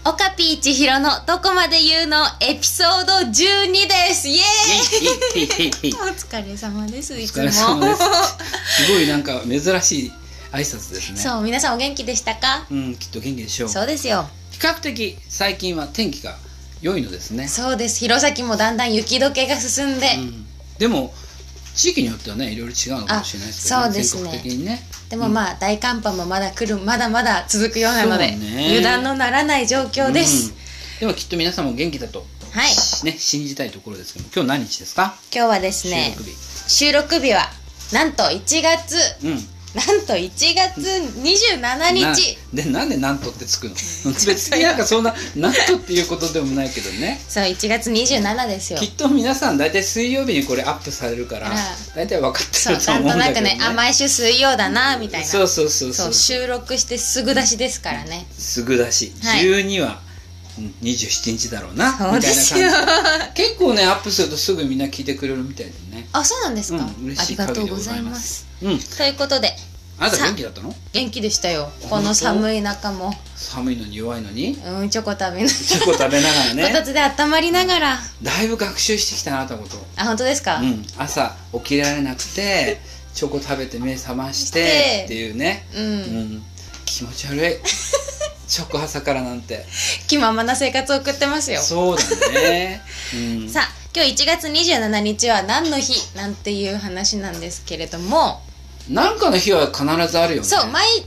オカピー千尋のどこまで言うのエピソード12です。イエーイお疲れ様です。いつもすごいなんか珍しい挨拶ですね。 そう、皆さんお元気でしたか？ きっと元気でしょう。 そうですよ。 比較的最近は天気が良いのですね。 そうです。弘前もだんだん雪解けが進んで、 でも地域によってはね、いろいろ違うのかもしれないですけどね。 そうですね。 全国的にね。 でもまあ、大寒波もまだ来る、まだまだ続くようなので、油断のならない状況です。 でもきっと皆さんも元気だと、ね、信じたいところですけども、今日何日ですか？ 今日はですね、収録日はなんと1月、なんと1月27日で、なんでなんとってつくの？別になんかそんななんとっていうことでもないけどね。 そう、1月27ですよ。 きっと皆さん大体水曜日にこれアップされるから大体分かってると思うんだけどね。 なんとなくね、毎週水曜だなみたいな。 そう収録してすぐ出しですからね。 すぐ出し、12は27日だろうなみたいな感じ。結構ね、アップするとすぐみんな聞いてくれるみたいでね。 あ、そうなんですか。 嬉しいありがとうございます。ということで、 あなた元気だったの？ 元気でしたよ。この寒い中も。 寒いのに弱いのに。 チョコ食べながら。 チョコ食べながらね。 こたつで温まりながら。 だいぶ学習してきたな、あなたのこと。 あ、本当ですか？ 朝起きられなくてチョコ食べて目覚ましてっていうね。気持ち悪い。チョコ朝からなんて気ままな生活を送ってますよ。 そうだね。 さあ、今日1月27日は何の日なんていう話なんですけれども、 何かの日は必ずあるよね。 そう、毎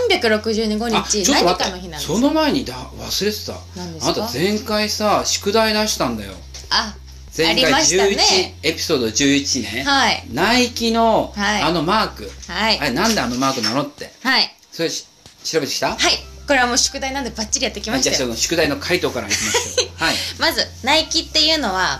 365日何かの日なんですよ。 その前に忘れてた。あなた前回さ、宿題出したんだよ。前回11エピソード11ね。ナイキのあのマーク、あれなんであのマークなのって、それ調べてきた？はい、 これはもう宿題なんでバッチリやってきましたよ。 じゃあその宿題の回答からいきましょう。 まずナイキっていうのは、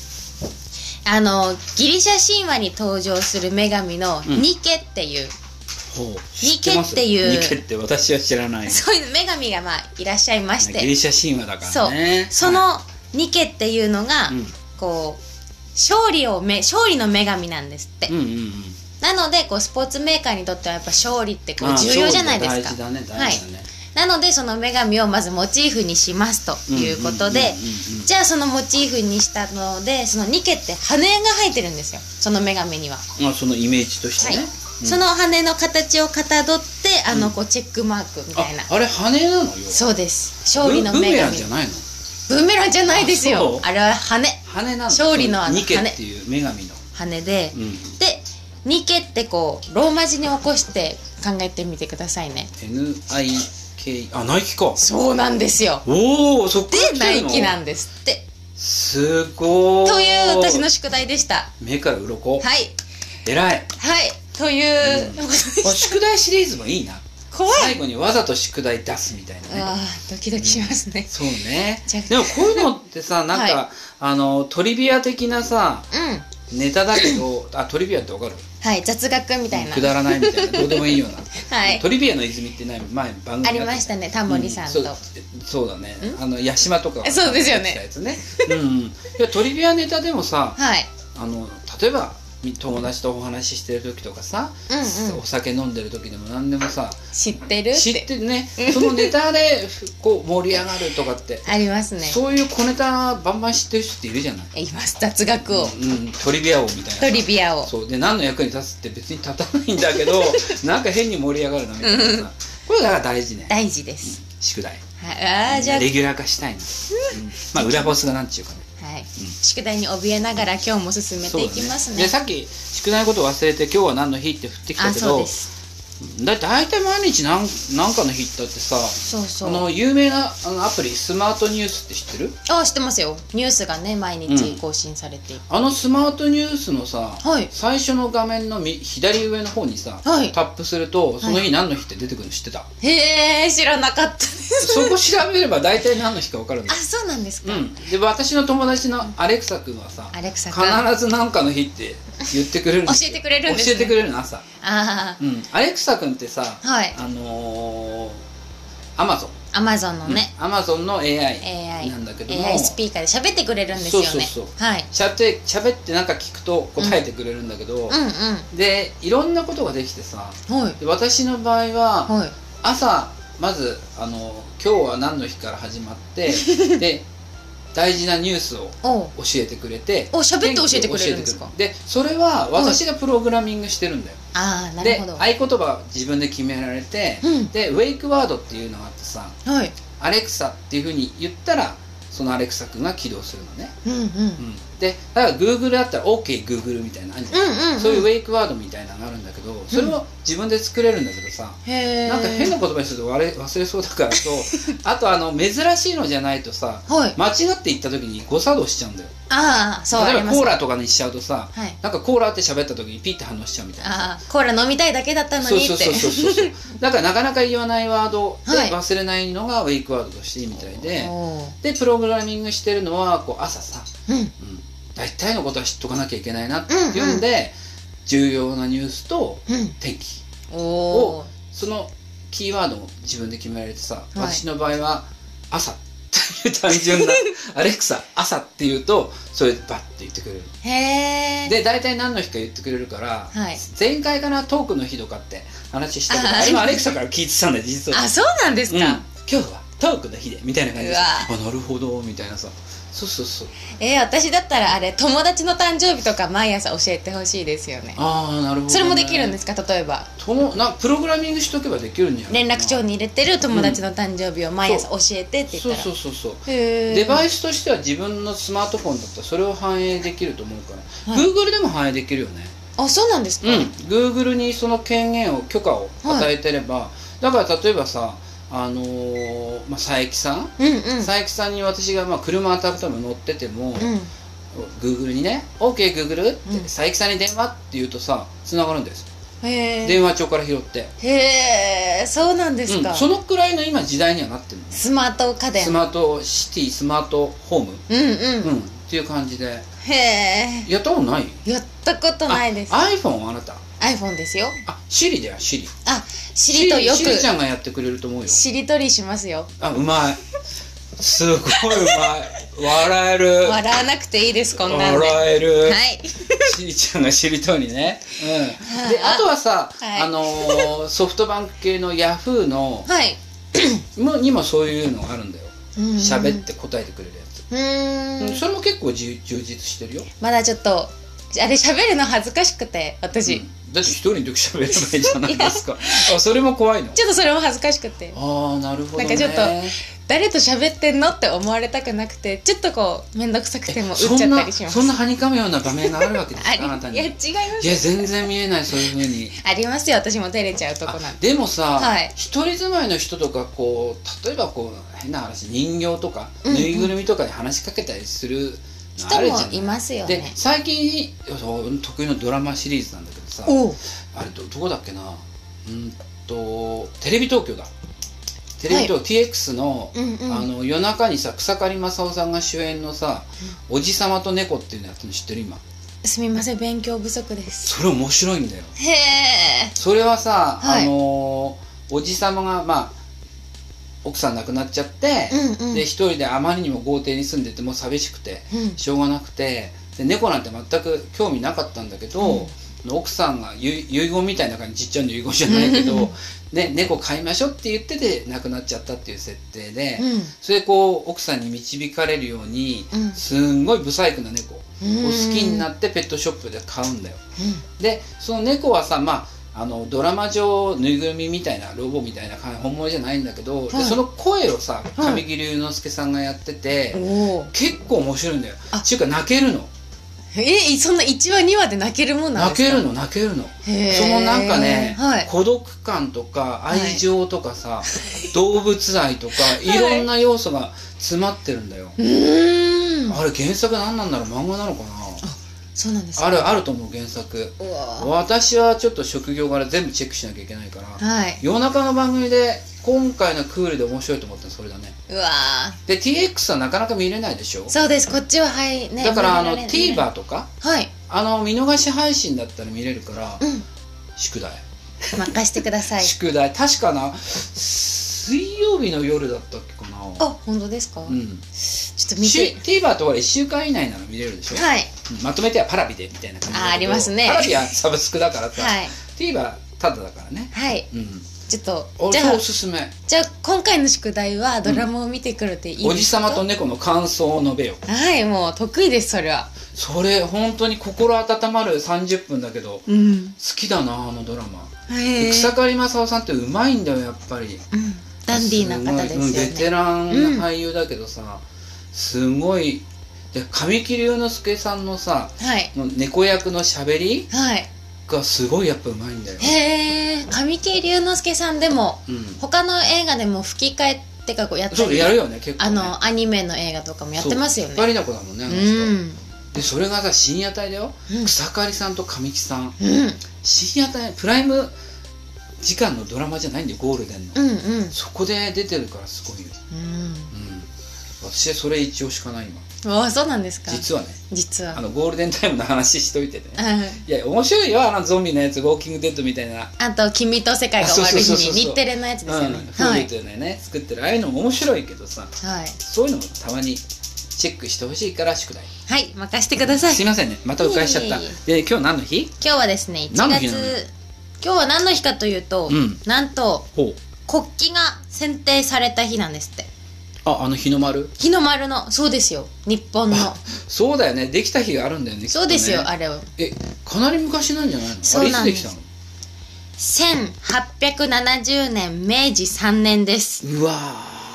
ギリシャ神話に登場する女神のニケっていう、 ニケっていうニケって私は知らない。 そういう女神がいらっしゃいまして、 ギリシャ神話だからね。 そのニケっていうのがこう勝利の女神なんですって。なのでスポーツメーカーにとってはやっぱ勝利って重要じゃないですか。 大事だね、大事だね。 なのでその女神をまずモチーフにしますということで、じゃあそのモチーフにしたので、そのニケって羽が生えてるんですよ、その女神には。 そのイメージとしてね。 その羽の形をかたどってチェックマークみたいな。 あれ羽なのよ。 そうです。勝利の女神。 ブーメランじゃないの？ ブーメランじゃないですよ。あれは羽なの。勝利の羽。 ニケっていう女神の羽で、ニケってローマ字に起こして考えてみてくださいね。 あ、ナイキか。 そうなんですよ。 おお、そっか。 でナイキなんですって。 すごーい。 という私の宿題でした。 目から鱗。 はい。 偉い。 という宿題シリーズもいいな。 怖い。 最後にわざと宿題出すみたいなね。 ドキドキしますね。 そうね。でもこういうのってさ、なんかトリビア的なさネタだけど、トリビアってわかる？ 雑学みたいな。 くだらないみたいな、どうでもいいような。トリビアの泉って前番組ありましたね、タモリさんと。 そうだね。八島とか。 そうですよね。 トリビアネタでもさ、例えば友達とお話ししてる時とかさ、お酒飲んでる時でも何でもさ、 知ってるね、そのネタで盛り上がるとかってありますね。 そういう小ネタバンバン知ってる人っているじゃない。 います。雑学を、 トリビア王みたいな。 トリビア王。 そうで、何の役に立つって別に立たないんだけどなんか変に盛り上がるなみたいなさ。これだから大事ね。 大事です。 宿題じゃあレギュラー化したいな。裏ボスがなんちゅうかね。 宿題に怯えながら今日も進めていきますね。 さっき宿題のこと忘れて今日は何の日って振ってきたけど、大体毎日何かの日だってさ、有名なアプリスマートニュースって知ってる？ 知ってますよ。ニュースがね毎日更新されている。 スマートニュースのさ、最初の画面の左上の方にさ、タップするとその日何の日って出てくるの知ってた？ へえ、知らなかったです。 そこ調べれば大体何の日か分かるんだよ。 そうなんですか。 で、私の友達のアレクサ君はさ、必ず何かの日って言ってくれるんですよ。 教えてくれるんですね。 教えてくれるの、朝。アレクサ君ってさ、アマゾンのね、 アマゾンの AI なんだけども、 AI スピーカーで喋ってくれるんですよね。 喋ってなんか聞くと答えてくれるんだけど、でいろんなことができてさ、私の場合は朝まず今日は何の日から始まってで大事なニュースを教えてくれて、 喋って教えてくれるんですか？ でそれは私がプログラミングしてるんだよ。 ああ、なるほど。 で合言葉は自分で決められて、でウェイクワードっていうのがあってさ、アレクサっていうふうに言ったらそのアレクサ君が起動するのね。でだから Google だったら OKGoogle みたいなのあるじゃん。そういうウェイクワードみたいなのがあるんだけど、それを自分で作れるんだけどさ、なんか変な言葉にすると忘れそうだからとあと珍しいのじゃないとさ、間違って言った時に誤作動しちゃうんだよ。例えばコーラとかにしちゃうとさ、なんかコーラって喋った時にピッて反応しちゃうみたいな。 コーラ飲みたいだけだったのにって。 そうだからなかなか言わないワードで忘れないのがウェイクワードとしていいみたいで、でプログラミングしてるのはこう朝さ、大体のことは知っとかなきゃいけないなっていうんで、重要なニュースと天気をそのキーワードを自分で決められてさ、私の場合は朝っていう単純なアレクサ朝って言うとそれでバッて言ってくれる。で大体何の日か言ってくれるから、前回かなトークの日とかって話したけど、今アレクサから聞いてたんだよ実は。 そうなんですか。 今日はトークの日でみたいな感じで、なるほどみたいなさ。 私だったら友達の誕生日とか毎朝教えてほしいですよね。 なるほど。 それもできるんですか？例えばプログラミングしとけばできるんじゃない？ 連絡帳に入れてる友達の誕生日を毎朝教えてって言ったら、 デバイスとしては自分のスマートフォンだったらそれを反映できると思うから、Google でも反映できるよね。 そうなんですか。 Google にその権限を許可を与えてれば、だから例えばさ佐伯さん、佐伯さんに私が車多分乗ってても、Google にね OKGoogle って佐伯さんに電話って言うとさ繋がるんです。電話帳から拾って。 そうなんですか。 そのくらいの今時代にはなってるの。 スマート家電、 スマートシティ、スマートホームっていう感じで。やったことない？ やったことないです。 iPhone あなた iPhone ですよ。 Siri だよ、Siri。 Siri とよく Siri ちゃんがやってくれると思うよ。 Siri 取りしますよ。 うまい。すごいうまい。笑える。 笑わなくていいです、こんなんで。 笑える。Siri ちゃんがSiri 取りね。であとはさ、ソフトバンク系の Yahoo のにもそういうのがあるんだよ。喋って答えてくれるやつ。それも結構充実してるよ。 まだちょっと喋るの恥ずかしくて私。 だって一人の時喋ればいいじゃないですか。それも怖いの？ ちょっとそれも恥ずかしくて。 なるほどね。 なんかちょっと誰と喋ってんのって思われたくなくて、ちょっとこう面倒くさくても打っちゃったりします。 そんなはにかむような場面があるわけですか？あなたに。 いや違います。いや全然見えない、そういう風に。 ありますよ、私も照れちゃうとこなんで。でもさ、一人住まいの人とかこう例えばこう変な話、人形とかぬいぐるみとかに話しかけたりする人もいますよね。 で最近得意のドラマシリーズなんだけどさ、あれどこだっけな、テレビ東京だ。テレビ東京 TX の夜中にさ草刈正雄さんが主演のさ「おじさまと猫」っていうのやってるの知ってる？今。 すみません、勉強不足です。 それ面白いんだよ。それはさおじさまが奥さん亡くなっちゃって、で一人であまりにも豪邸に住んでても寂しくてしょうがなくて、で猫なんて全く興味なかったんだけど、奥さんが遺言みたいな感じ、ちっちゃいの遺言じゃないけど猫飼いましょうって言ってて亡くなっちゃったっていう設定で、それでこう奥さんに導かれるようにすんごい不細工な猫を好きになってペットショップで買うんだよ。でその猫はさドラマ上ぬいぐるみみたいなロボみたいな本物じゃないんだけど、でその声をさ上木隆之介さんがやってて、結構面白いんだよ。っていうか泣けるの。 そんな1話2話で泣けるもんなんですか？ 泣けるの。そのなんかね、孤独感とか愛情とかさ、動物愛とかいろんな要素が詰まってるんだよ。あれ原作何なんだろう？漫画なのかな？ そうなんですか？ あると思う原作。私はちょっと職業柄全部チェックしなきゃいけないから、夜中の番組で今回のクールで面白いと思ったのそれだね。で TX はなかなか見れないでしょ？そうです、こっちはね。だからTVer とか見逃し配信だったら見れるから、宿題任してください。 宿題確かな水曜日の夜だったっけかな。 本当ですか？ちょっと見て。 TVer とか1週間以内なら見れるでしょ？まとめてはパラビでみたいな感じ。ありますね。パラビはサブスクだからさ、TVer ただだからね。 はい、ちょっとじゃあおすすめ。 じゃあ今回の宿題はドラマを見てくるっていいですか？ おじさまと猫の感想を述べよ。 はい、もう得意です。それはそれ本当に心温まる30分だけど、好きだなあのドラマ。草刈正雄さんってうまいんだよやっぱり。 ダンディーな方ですよね。 ベテラン俳優だけどさ、すごい。で神木隆之介さんのさ、猫役のしゃべりがすごいやっぱうまいんだよ。 へえ。神木隆之介さんでも他の映画でも吹き替えってかこうやったり、 そうやるよね結構ね。 アニメの映画とかもやってますよね。 引っ張りだこだもんねあの人。でそれがさ深夜帯だよ。草刈さんと神木さん。深夜帯プライム時間のドラマじゃないんだよゴールデンの。そこで出てるからすごいよ。私はそれ一応しかない今。 ああそうなんですか。 実はね。 実はゴールデンタイムの話しといてね。いや面白いよゾンビのやつウォーキングデッドみたいな。 あと君と世界が終わる日に日テレのやつですよね。 Huluというのね作ってるああいうのも面白いけどさ。そういうのもたまにチェックしてほしいから宿題。 はい任せてください。 すいませんねまた迂回しちゃった。で今日何の日？ 今日はですね1月。今日は何の日かというと、なんと国旗が選定された日なんですって。 日の丸？ 日の丸の、そうですよ日本の。 そうだよねできた日があるんだよね。 そうですよあれを。 かなり昔なんじゃないの？ そうなんです。 あれいつできたの？1870年明治3年です。 うわ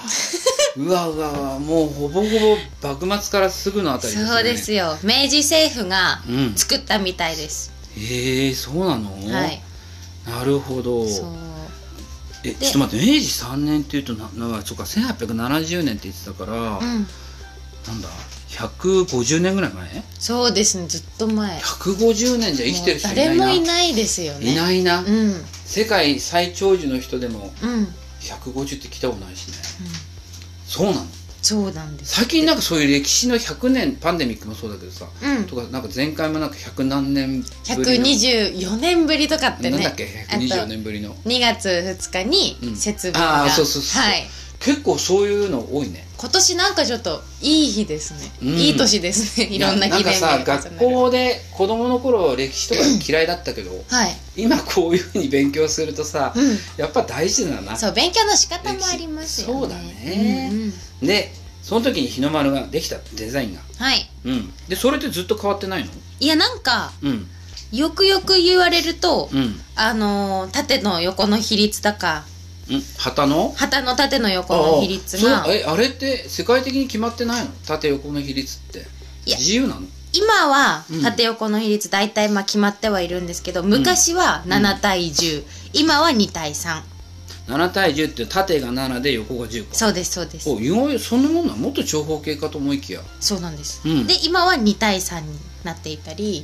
もうほぼほぼ幕末からすぐのあたりですね。 そうですよ明治政府が作ったみたいです。 そうなの？はい。なるほど。ちょっと待って明治3年っていうとそうか1870年って言ってたから、なんだ150年ぐらい前？そうですねずっと前。150年じゃ生きてる人いないな。 誰もいないですよね。 いないな。世界最長寿の人でも150って聞いたことないしね。そうなの？そうなんです。最近なんかそういう歴史の100年パンデミックもそうだけどさ、とかなんか前回もなんか100何年ぶりの 124年ぶりとかってね。 なんだっけ124年ぶりの 2月2日に節分が。 そう結構そういうの多いね。 今年なんかちょっといい日ですね。いい年ですね。いろんな記念日なんかさ学校で子供の頃歴史とか嫌いだったけど、今こういうふうに勉強するとさ、やっぱ大事だな。 そう勉強の仕方もありますよね。 そうだね。でその時に日の丸ができたデザインが。でそれってずっと変わってないの？いやなんかよくよく言われると縦の横の比率だか。 旗の縦の横の比率があれって世界的に決まってないの？縦横の比率って自由なの？ 今は縦横の比率大体決まってはいるんですけど、昔は7対10、今は2対3。 7対10って縦が7で横が10か。 そうですそうです。 意外そんなもんなの？もっと長方形かと思いきや。 そうなんです。で今は2対3になっていたり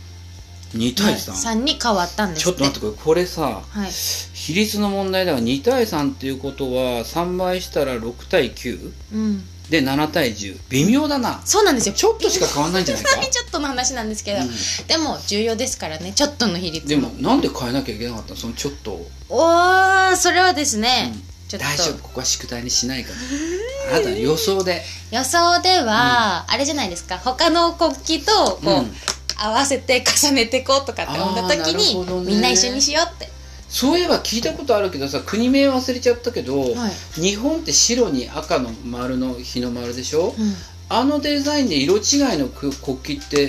2対 3 に変わったんです。 ちょっと待ってこれさ、比率の問題だが2対3っていうことは3倍したら6対9、で7対10微妙だな。 そうなんですよ。 ちょっとしか変わんないんじゃないか。 ちょっとの話なんですけど、でも重要ですからねちょっとの比率も。 でもなんで変えなきゃいけなかったのそのちょっとを。 それはですね、 大丈夫ここは宿題にしないからあなた予想では、あれじゃないですか他の国旗とこう、合わせて重ねてこうとかって思った時に、みんな一緒にしようって。 そういえば聞いたことあるけどさ国名忘れちゃったけど、日本って白に赤の丸の日の丸でしょ、あのデザインで色違いの国旗って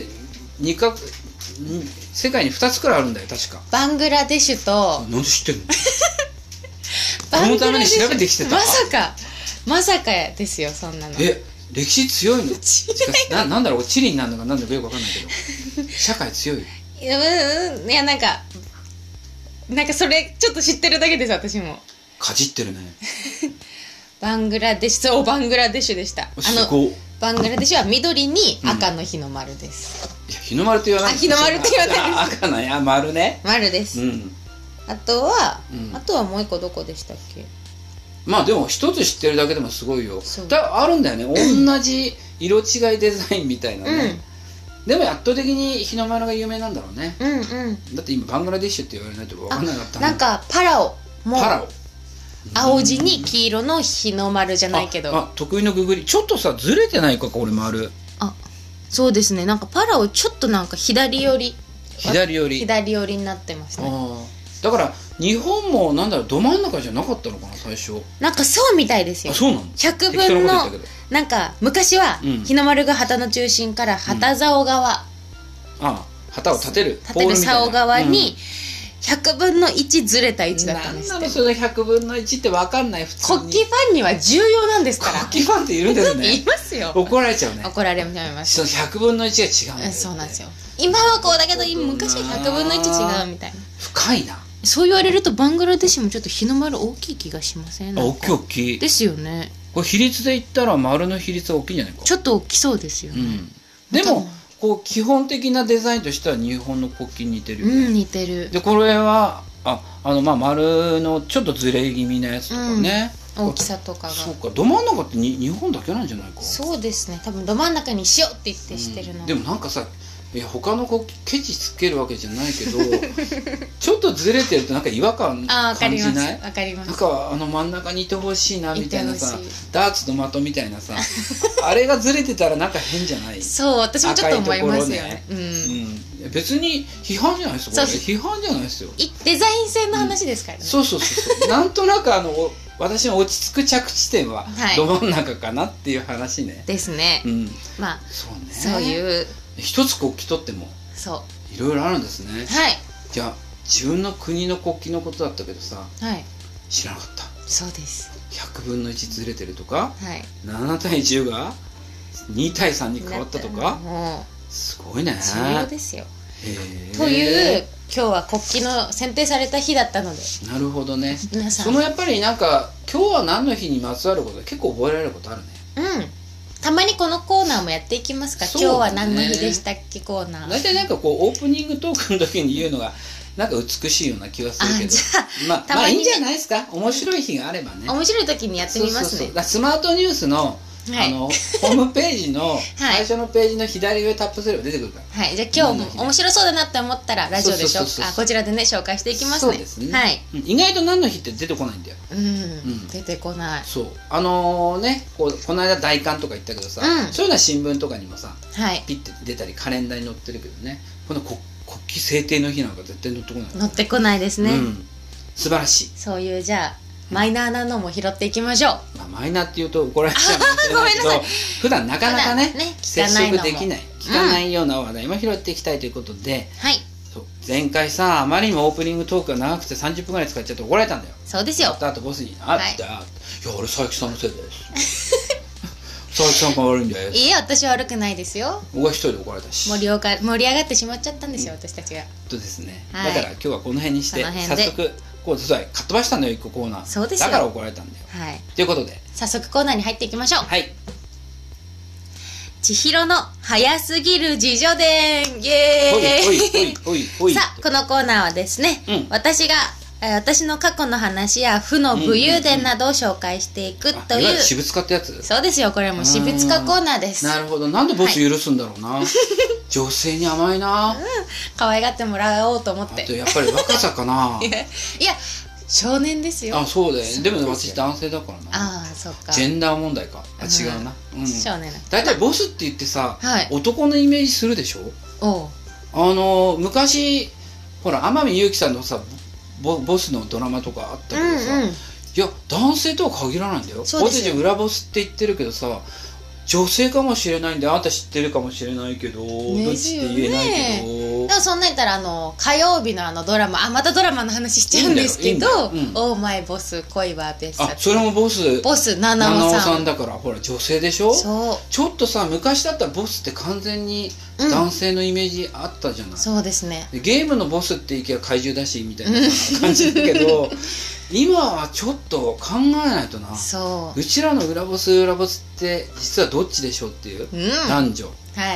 世界に2つくらいあるんだよ確か。 バングラデシュと。 なんで知ってるの？このために調べてきてた。 まさかですよそんなの。 歴史強いの？なんだろう地理になるのかなんだかよくわかんないけど社会強い。いやなんかそれちょっと知ってるだけです私も。 かじってるね。 バングラデシュでした。バングラデシュは緑に赤の日の丸です。 いや日の丸って言わない。 日の丸って言わないです。 赤の丸ね。 丸です。あとはもう一個どこでしたっけ？ でも一つ知ってるだけでもすごいよ。あるんだよね同じ色違いデザインみたいなね。でも圧倒的に日の丸が有名なんだろうね。だって今バングラデシュって言われないと分かんなかった。 なんかパラオも青地に黄色の日の丸じゃないけど。 得意のググリちょっとさずれてないかこれ丸。 そうですねなんかパラオちょっとなんか左寄りになってますね。 だから日本もなんだろう、ど真ん中じゃなかったのかな最初。 なんかそうみたいですよ。 あ、そうなの。 100分のなんか昔は日の丸が旗の中心から旗竿側、 旗を立てる竿側に100分の1ずれた位置だったんですって。 なんなのそれ100分の1って分かんない。普通に国旗ファンには重要なんですから。 国旗ファンっているんですね。 いますよ。 怒られちゃうね。 怒られます。 その100分の1が違うんだよ。 そうなんですよ。今はこうだけど昔は100分の1違うみたいな。 深いな。 そう言われるとバングラデシュもちょっと日の丸大きい気がしません？ 大きい大きいですよね。 これ比率で言ったら丸の比率は大きいんじゃないか。 ちょっと大きそうですよね。 でもこう基本的なデザインとしては日本の国旗に似てるよね。 似てる。 でこれは丸のちょっとずれ気味なやつとかね、 大きさとかが。 そうか、ど真ん中って日本だけなんじゃないか。 そうですね、多分ど真ん中にしようって言ってしてるの。 でもなんかさ、他の国旗ケチつけるわけじゃないけどちょっとずれてるとなんか違和感感じない？ わかります。 なんか真ん中にいてほしいなみたいなさ、ダーツの的みたいなさあれがずれてたらなんか変じゃない？ そう、私もちょっと思いますよね。 別に批判じゃないですよ。批判じゃないですよ。 デザイン性の話ですからね。 そうなんとなく私の落ち着く着地点はど真ん中かなっていう話ね。 ですね。まあそういう一つ国旗取ってもいろいろあるんですね。 はい。 じゃあ自分の国の国旗のことだったけどさ、知らなかった。 そうです。 100分の1ずれてるとか、7対10が2対3に変わったとか、すごいね。 重要ですよ。という今日は国旗の選定された日だったので。 なるほどね。皆さんやっぱりなんか今日は何の日にまつわること結構覚えられることあるね。 たまにこのコーナーもやっていきますか。今日は何の日でしたっけコーナー。 大体なんかこうオープニングトークの時に言うのがなんか美しいような気がするけど、まあいいんじゃないですか。面白い日があればね。 面白い時にやってみますね。 スマートニュースのホームページの最初のページの左上タップすれば出てくるから。はい、じゃあ今日も面白そうだなって思ったらラジオでこちらでね紹介していきますね。そうですね。はい。意外と何の日って出てこないんだよ。 出てこない。 そう。ね、この間大寒とか言ったけどさ、そういうのは新聞とかにもさ、ピッて出たりカレンダーに載ってるけどね、この国旗制定の日なんか絶対載ってこない。 載ってこないですね。 素晴らしい。 そういうじゃあマイナーなのも拾っていきましょう。 マイナーっていうと怒られちゃうかもしれないけど、普段なかなかね接触できない聞かないような話題も拾っていきたいということで、前回さあまりにもオープニングトークが長くて30分ぐらい使っちゃって怒られたんだよ。 そうですよ。 あとボスに「いやあれ佐伯さんのせいです」佐伯さんが悪いんだよ。 いいえ、私は悪くないですよ。 僕は一人で怒られたし盛り上がってしまっちゃったんですよ、私たちが。 ですね。だから今日はこの辺にして早速かっ飛ばしたんだよ1個コーナー。そうですよ。だから怒られたんだよ。ということで早速コーナーに入っていきましょう。はい。千尋の早すぎる自叙伝。イエーイ。さあこのコーナーはですね、私の過去の話や負の武勇伝などを紹介していくという。 私物化ってやつ。 そうですよ、これも私物化コーナーです。 なるほど。なんでボス許すんだろうな。女性に甘いな。 可愛がってもらおうと思って。 あとやっぱり若さかな。 いや少年ですよ。 そうだよ。でも私男性だからな。そうか。 ジェンダー問題か。違うな。 少年。 だいたいボスって言ってさ、男のイメージするでしょ。昔ほら天海祐希さんのさボスのドラマとかあったけどさ、いや男性とは限らないんだよ。僕たち裏ボスって言ってるけどさ、女性かもしれないんで、あなた知ってるかもしれないけど、どっちって言えないけど。 でもそんな言ったら火曜日のドラマ、またドラマの話しちゃうんですけど、オーマイボス恋は別冊。 それもボス七尾さんだから、ほら女性でしょ。ちょっとさ、昔だったらボスって完全に男性のイメージあったじゃない。 そうですね。 ゲームのボスっていけば怪獣だしみたいな感じだけど、今はちょっと考えないとな。うちらの裏ボスって実はどっちでしょうっていう男女。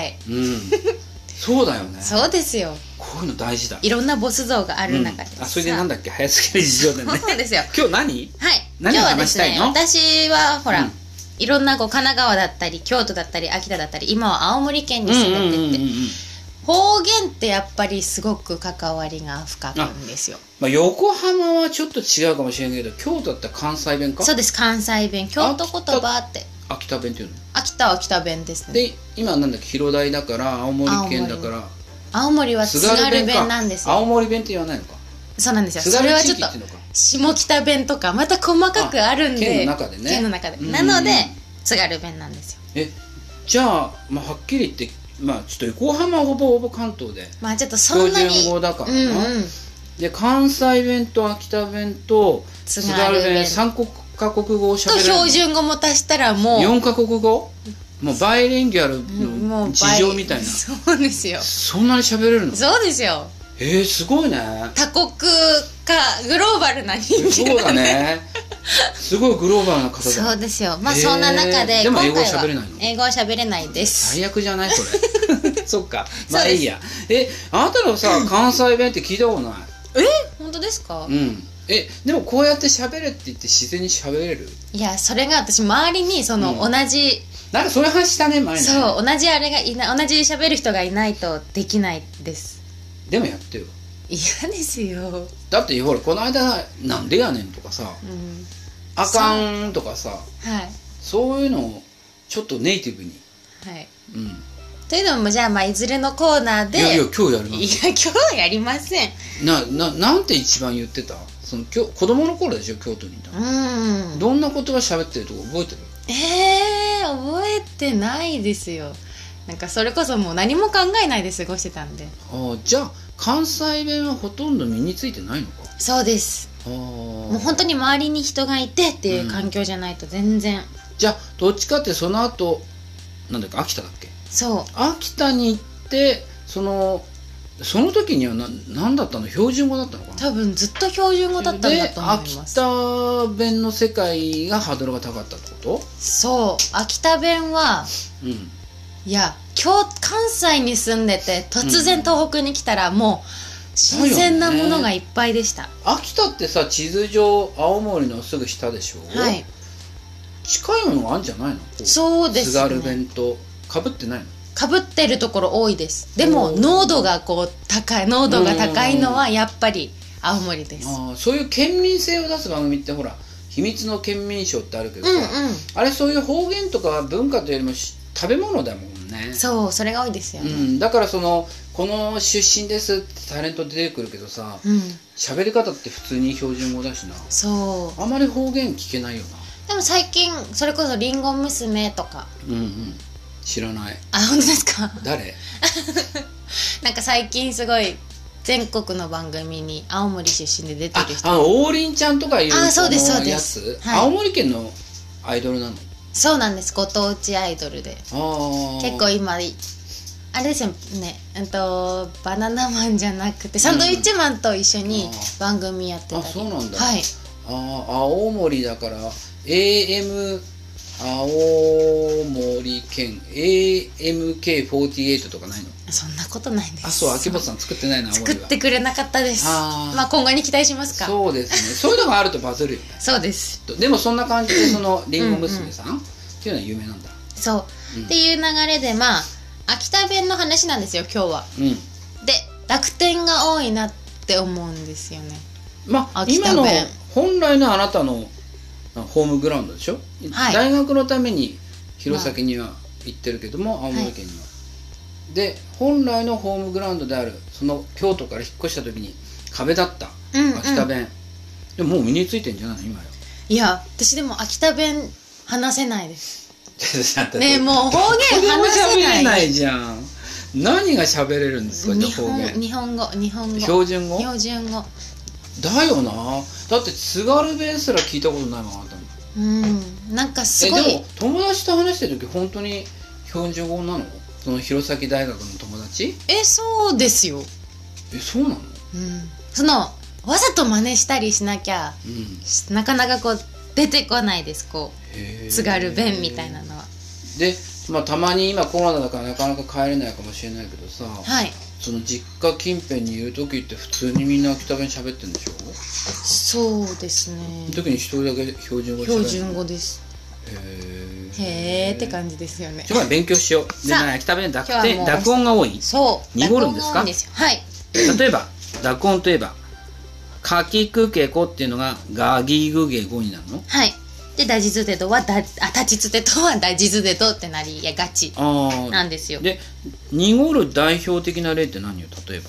そうだよね。 そうですよ。 こういうの大事だ。 いろんなボス像がある中で。 それでなんだっけ、早すぎる事情でね。そうですよ。今日何？ 何を話したいの？私はほらいろんな神奈川だったり京都だったり秋田だったり今は青森県に住んでて、方言ってやっぱりすごく関わりが深くんですよ。 横浜はちょっと違うかもしれないけど、京都だったら関西弁か。 そうです、関西弁。京都言葉って秋田弁っていうの？ 秋田は秋田弁ですね。 で今なんだっけ、広大だから青森県だから、 青森は津軽弁なんですよ。 青森弁って言わないのか。 そうなんですよ。それはちょっと下北弁とかまた細かくあるんで、 県の中でね。 県の中で。なので津軽弁なんですよ。 じゃあ、はっきり言って、ちょっと横浜はほぼほぼ関東でちょっとそんなに標準語だからな。で関西弁と秋田弁と津軽弁3カ国語をしゃべれると標準語も足したらもう 4カ国語、もうバイリンギュアルの事情みたいな。 そうですよ。 そんなに喋れるの？ そうですよ。 すごいね。 多国かグローバルな人間。 そうだね。すごいグローバルな方だ。 そうですよ。そんな中ででも英語は喋れないの？ 英語は喋れないです。 最悪じゃないそれ。そっか。いいや。あなたのさ関西弁って聞いたことない？ 本当ですか？ でもこうやって喋れって言って自然に喋れる？ いや、それが私周りにその同じなんかそういう話したね前に。 そう、同じあれがいない、同じ喋る人がいないとできないです。 でもやってよ。 嫌ですよ。 だってほらこの間なんでやねんとかさ、あかんとかさ、そういうのをちょっとネイティブに。というのもじゃあいずれのコーナーで。 いや今日やります。 いや今日やりません。 なんて一番言ってた？その子供の頃でしょ京都にいた。どんな言葉喋ってるとこ覚えてる？ 覚えてないですよ。なんかそれこそもう何も考えないで過ごしてたんで。 じゃあ関西弁はほとんど身についてないのか？ そうです。もう本当に周りに人がいてっていう環境じゃないと全然。 じゃあどっちかってその後なんだっけ秋田だっけ？そう。秋田に行ってその時には何だったの？標準語だったのかな？多分ずっと標準語だったんだと思います。 秋田弁の世界がハードルが高かったってこと？ そう。秋田弁は、いや関西に住んでて突然東北に来たらもう新鮮なものがいっぱいでした。 秋田ってさ地図上青森のすぐ下でしょ？近いものがあるんじゃないの？ そうですね。 津軽弁とかぶってないの？ かぶってるところ多いです。でも濃度が高いのはやっぱり青森です。 そういう県民性を出す番組ってほら秘密の県民賞ってあるけどさ、あれそういう方言とか文化というよりも食べ物だもんね。 そうそれが多いですよね。 だからこの出身ですってタレント出てくるけどさ、喋り方って普通に標準語だしな。そうあまり方言聞けないよな。 でも最近それこそりんご娘とか知らない。 本当ですか？ 誰？ なんか最近すごい全国の番組に青森出身で出てる人。 王林ちゃんとかいうそうですそうです。青森県のアイドルなの？ そうなんです。ご当地アイドルで結構今あれですよね。バナナマンじゃなくてサンドウィッチマンと一緒に番組やってたり。 そうなんだ。青森だから AM青森県 AMK48 とかないの？ そんなことないです。 そう秋元さん作ってないな。 作ってくれなかったです。今後に期待しますか？ そうですね。そういうのがあるとバズるよね。 そうです。 でもそんな感じでりんご娘さんっていうのは有名なんだ。 そう、っていう流れで秋田弁の話なんですよ今日は。で濁点が多いなって思うんですよね。 今の本来のあなたのホームグラウンドでしょ、大学のために弘前には行ってるけども、青森県には、で本来のホームグラウンドであるその京都から引っ越した時に壁だった秋田弁、でももう身についてんじゃないの今よ。 いや私でも秋田弁話せないですね。もう方言話せないじゃん。何が喋れるんですか？ 日本語標準語だよな。だって津軽弁すら聞いたことないもん。 なんかすごい。 でも友達と話してる時本当に標準語なの？その弘前大学の友達？ そうですよ。 そうなの？ わざと真似したりしなきゃ、なかなか出てこないです。津軽弁みたいなのは。 でたまに今コロナだからなかなか帰れないかもしれないけどさ、その実家近辺にいる時って普通にみんな秋田弁喋ってるんでしょ？ そうですね。 特に一人だけ標準語標準語です。へーって感じですよね。 今日は勉強しよう。で秋田弁濁音が多い？濁るんですか？例えば濁音といえばかきくけこっていうのがガギグゲゴになるの？ でダジズデドはダチツテとはダジズデドってなりがちなんですよ。 で濁る代表的な例って何よ？例えば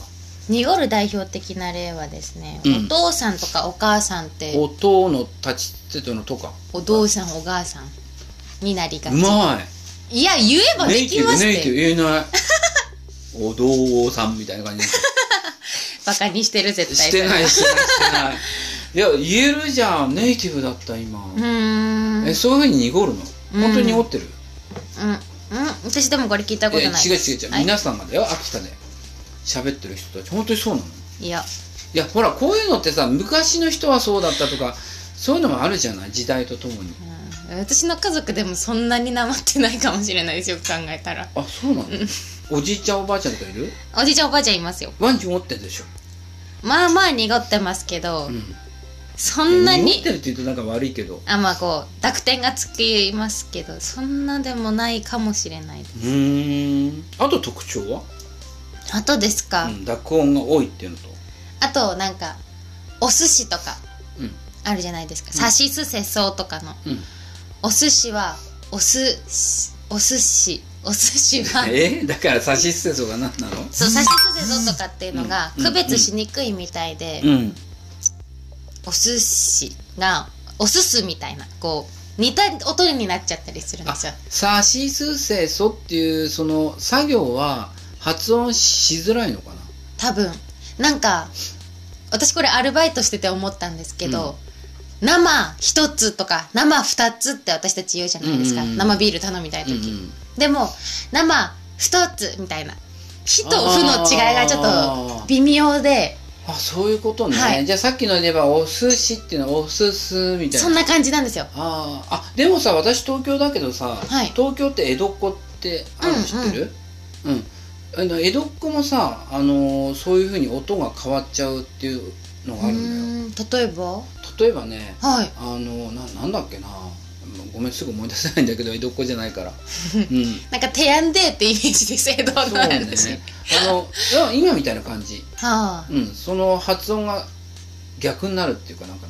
濁る代表的な例はですね、お父さんとかお母さんって、 お父の立ちつてのとか、 お父さんお母さんになりがち。 うまい。いや、言えばできますって。 ネイティブ言えない。お父さんみたいな感じ。 バカにしてる、絶対。 してない。いや、言えるじゃん。ネイティブだった、今。そういうふうに濁るの？本当に濁ってる？ 私でもこれ聞いたことない。 違う。皆さんがだよ、秋田で喋ってる人たち、本当にそうなの？いや、ほら、こういうのってさ、昔の人はそうだったとか、そういうのもあるじゃない、時代とともに。 私の家族でもそんなになまってないかもしれないですよ、考えたら。 あ、そうなの？おじいちゃんおばあちゃんとかいる？ おじいちゃんおばあちゃんいますよ。 ワンチ濁ってるでしょ？ まあまあ濁ってますけど、そんなに濁ってるって言うとなんか悪いけど、 まあこう濁点がつきますけど、そんなでもないかもしれないです。 あと特徴は？ あとですか、 濁音が多いっていうのと、 あとなんかお寿司とかあるじゃないですか、さしすせそうとかの、お寿司はお寿司はだからさしすせそうが何なの？ そう、さしすせそうとかっていうのが区別しにくいみたいで、お寿司がおすすみたいな、こう似た音になっちゃったりするんですよ。 さしすせそっていうその作業は発音しづらいのかな？ 多分なんか私これアルバイトしてて思ったんですけど、生一つとか生二つって私たち言うじゃないですか、生ビール頼みたい時、でも生一つみたいな「ひ」と「ふ」の違いがちょっと微妙で、 そういうことね、じゃあさっきので言えばお寿司っていうのはおすすみたいな、 そんな感じなんですよ。 でもさ、私東京だけどさ、東京って江戸っ子ってあるの知ってる？江戸っ子もさ、そういうふうに音が変わっちゃうっていうのがあるんだよ。例えばね、なんだっけな、ごめん、すぐ思い出せないんだけど、江戸っ子じゃないからなんかてやんでってイメージです、江戸の話。 今みたいな感じ、その発音が逆になるっていうかなんか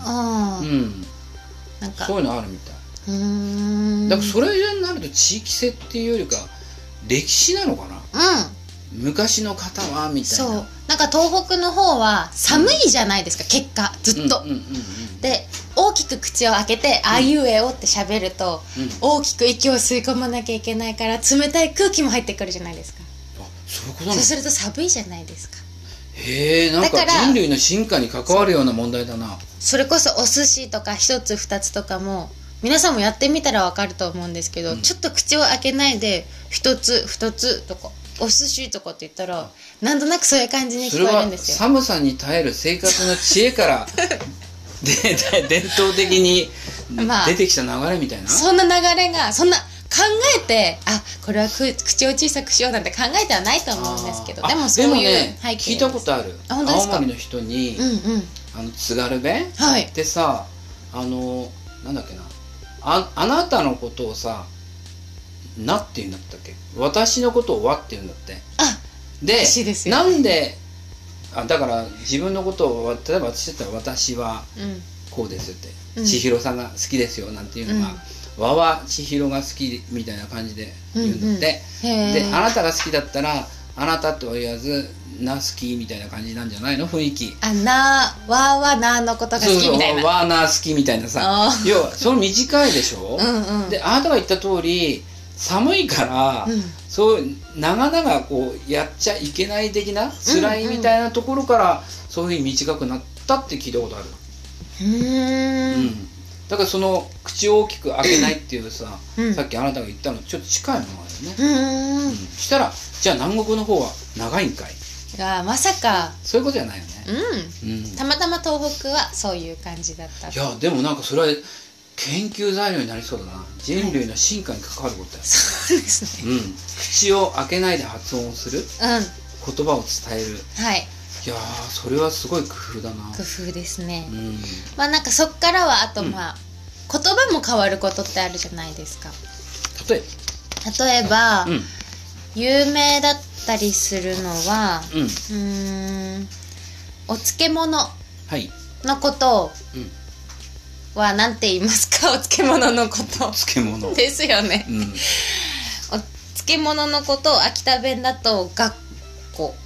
そういうのあるみたい。だからそれになると地域性っていうよりか歴史なのかな。昔の方はみたいな。そう、なんか東北の方は寒いじゃないですか、結果ずっと。で大きく口を開けて「あいうえお」って喋ると、大きく息を吸い込まなきゃいけないから冷たい空気も入ってくるじゃないですか。 そういうことなの？ そうすると寒いじゃないですか。 なんか人類の進化に関わるような問題だな。 それこそお寿司とか一つ二つとかも皆さんもやってみたら分かると思うんですけど、ちょっと口を開けないで一つ二つとかお寿司とかって言ったらなんとなくそういう感じに聞こえるんですよ。 それは寒さに耐える生活の知恵から伝統的に出てきた流れみたいな、 そんな流れがそんな考えてこれは口を小さくしようなんて考えてはないと思うんですけど、でもそういう背景聞いたことある。青森の人に津軽弁ってさ、なんだっけな、あなたのことをさなって言うんだったっけ、私のことをわって言うんだって。で、なんでだから自分のことを例えば私だったら私はこうですよって、千尋さんが好きですよなんていうのが、わは千尋が好きみたいな感じで言うんだって。で、あなたが好きだったらあなたとは言わずな好きみたいな感じなんじゃないの、雰囲気。 わはなのことが好きみたいな。 わな好きみたいなさ、要はその短いでしょ。で、あなたが言った通り寒いから、そういう長々こうやっちゃいけない的な辛いみたいなところからそういうふうに短くなったって聞いたことある。だからその口を大きく開けないっていうさ、さっきあなたが言ったのちょっと近いものがあるよね。したらじゃあ南国の方は長いんかい。 まさかそういうことじゃないよね。 たまたま東北はそういう感じだった。 いやでもなんかそれは研究材料になりそうだな。人類の進化に関わることだよ。 そうですね。 口を開けないで発音する、言葉を伝える。いやそれはすごい工夫だな。 工夫ですね。まあなんかそっからはあと言葉も変わることってあるじゃないですか。 例えば、有名だったりするのは、お漬物のことをは何て言いますか？お漬物のこと。 漬物ですよね。お漬物のことを秋田弁だとがっこ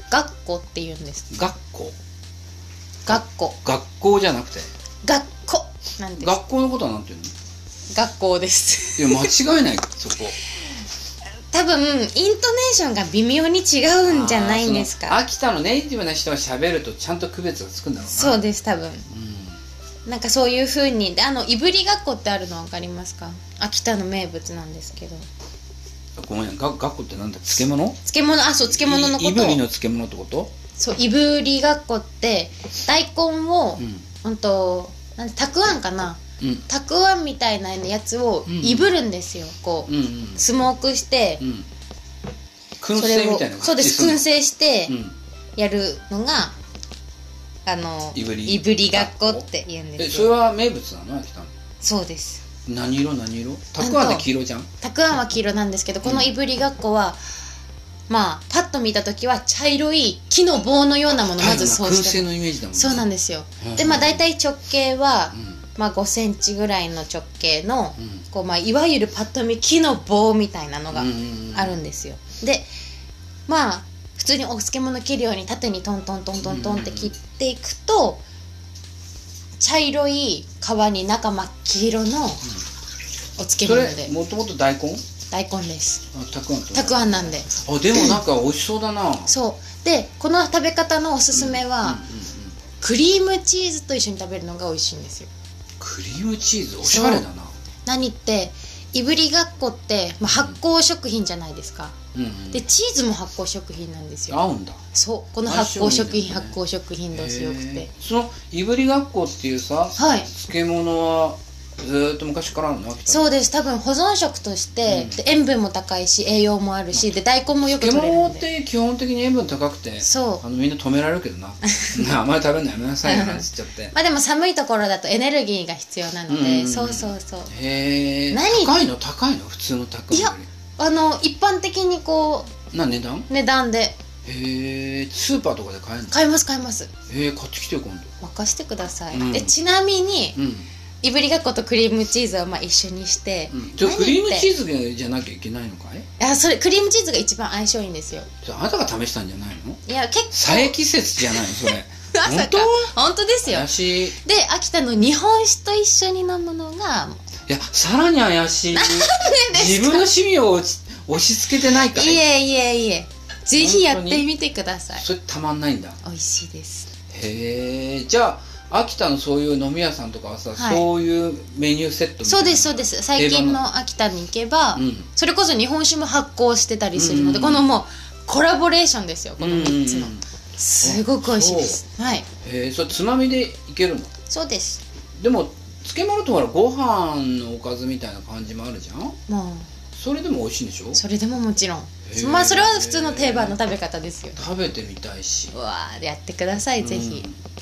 学校って言うんです。 学校学校じゃなくて学校なんです。 学校のことはなんて言うの？ 学校です。 いや間違いないそこ。 多分イントネーションが微妙に違うんじゃないんですか。 秋田のネイティブな人が喋るとちゃんと区別がつくんだろうな。 そうです多分、なんかそういう風にで、いぶりがっこってあるの分かりますか？秋田の名物なんですけど。 ごめん、がっこってなんだ？漬物？ 漬物、そう、漬物のこと。 いぶりの漬物ってこと？ そう、いぶりがっこって大根をなんたくあんかな、たくあんみたいなやつをいぶるんですよ。こう、スモークして、 燻製みたいな。 そうです、燻製してやるのがいぶりがっこって言うんですよ。それは名物なの？秋田の。 そうです。 何色？たくあんって黄色じゃん。 たくあんは黄色なんですけど、このいぶりがっこはまあパッと見た時は茶色い木の棒のようなものまずそうして、 燻製のイメージだもんね。 そうなんですよ。でまあ大体直径はまあ5センチぐらいの直径のこうまあいわゆるパッと見木の棒みたいなのがあるんですよ。でまあ普通にお漬物切るように縦にトントントントントンって切っていくと、茶色い皮に中真っ黄色のお漬物で。 それもともと大根です。 たくあんなんで。 でもなんか美味しそうだな。 そうでこの食べ方のおすすめはクリームチーズと一緒に食べるのが美味しいんですよ。 クリームチーズおしゃれだな。 何っていぶりがっこって、まあ、発酵食品じゃないですか、でチーズも発酵食品なんですよ。 合うんだ。 そう、この発酵食品、発酵食品どすよくて。 そのいぶりがっこっていうさ、漬物はずっと昔からあるの？ そうです。多分保存食として、で塩分も高いし栄養もあるし、で大根もよく取れるんで。 漬物って基本的に塩分高くて、みんな止められるけどなあんまり食べるのやめなさいなんつっちゃってまあでも寒いところだとエネルギーが必要なので、そうへえ。高いの普通のたくあんより。一般的にこう値段で。 へえ。スーパーとかで買えるの？ 買います。買ってきてよ今度。 任してください。でちなみにいぶりがっことクリームチーズをまあ一緒にして、 じゃあクリームチーズじゃなきゃいけないのかい？ それクリームチーズが一番相性いいんですよ。 あなたが試したんじゃないの？ いや結構佐伯説じゃないのそれ本当ですよ。で秋田の日本酒と一緒に飲むのがいやさらに怪しい。自分の趣味を押し付けてないかい？いえぜひやってみてください。 それたまんないんだ。 美味しいです。 へえ。じゃあ秋田のそういう飲み屋さんとかはさ、そういうメニューセットみたいな。そうです。 最近の秋田に行けば、それこそ日本酒も発酵してたりするので、このもうコラボレーションですよ、この3つの。すごく美味しいです。 それつまみでいけるの？そうです。でも漬物とほらご飯のおかずみたいな感じもあるじゃん。それでも美味しいんでしょ？それでももちろん。まあそれは普通の定番の食べ方ですよ。食べてみたいし。うわーやってください、ぜひ。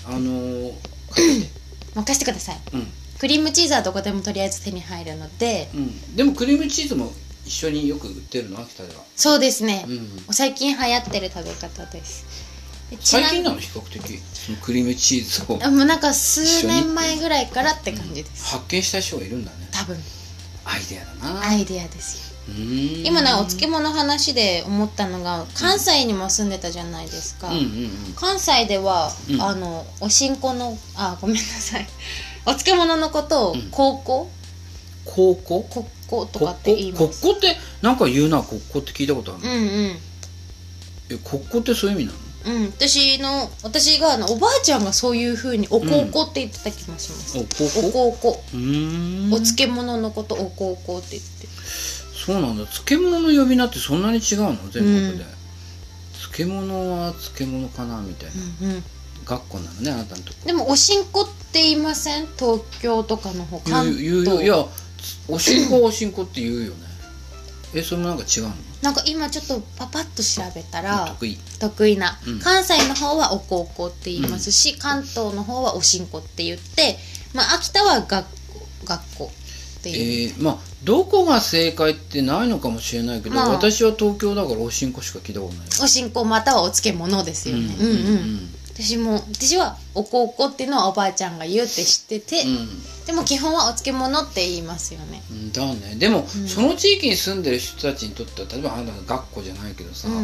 任せてください。クリームチーズはどこでもとりあえず手に入るので。でもクリームチーズも一緒によく売ってるの？秋田では。そうですね。最近流行ってる食べ方です。最近なの？比較的そのクリームチーズをもうなんか数年前ぐらいからって感じです。発見した人がいるんだね。多分アイデアだな。アイデアですよ。今ねお漬物の話で思ったのが、関西にも住んでたじゃないですか。関西ではおしんこのごめんなさいお漬物のことをこっことかって言います。こっこってなんか言うな。こっこって聞いたことある。こっこってそういう意味なの？私がおばあちゃんがそういう風におこうこって言ってた気がします。おこうこ。お漬物のことおこうこって言って。そうなんだ。漬物の呼び名ってそんなに違うの？全国で。漬物は漬物かなみたいな。学校なのね、あなたのとこ。でもおしんこって言いません？東京とかの方。関東。いやおしんこはおしんこって言うよね。それもなんか違うの？なんか今ちょっとパパッと調べたら得意な、関西の方はおこうこって言いますし、関東の方はおしんこって言って、秋田は学校っていう。どこが正解ってないのかもしれないけど、私は東京だからおしんこしか聞いたことない。おしんこまたはお漬物ですよね。私はおこうこっていうのはおばあちゃんが言うって知ってて、でも基本はお漬物って言いますよね。だね。でも、その地域に住んでる人たちにとっては、例えばあなたの学校じゃないけどさ、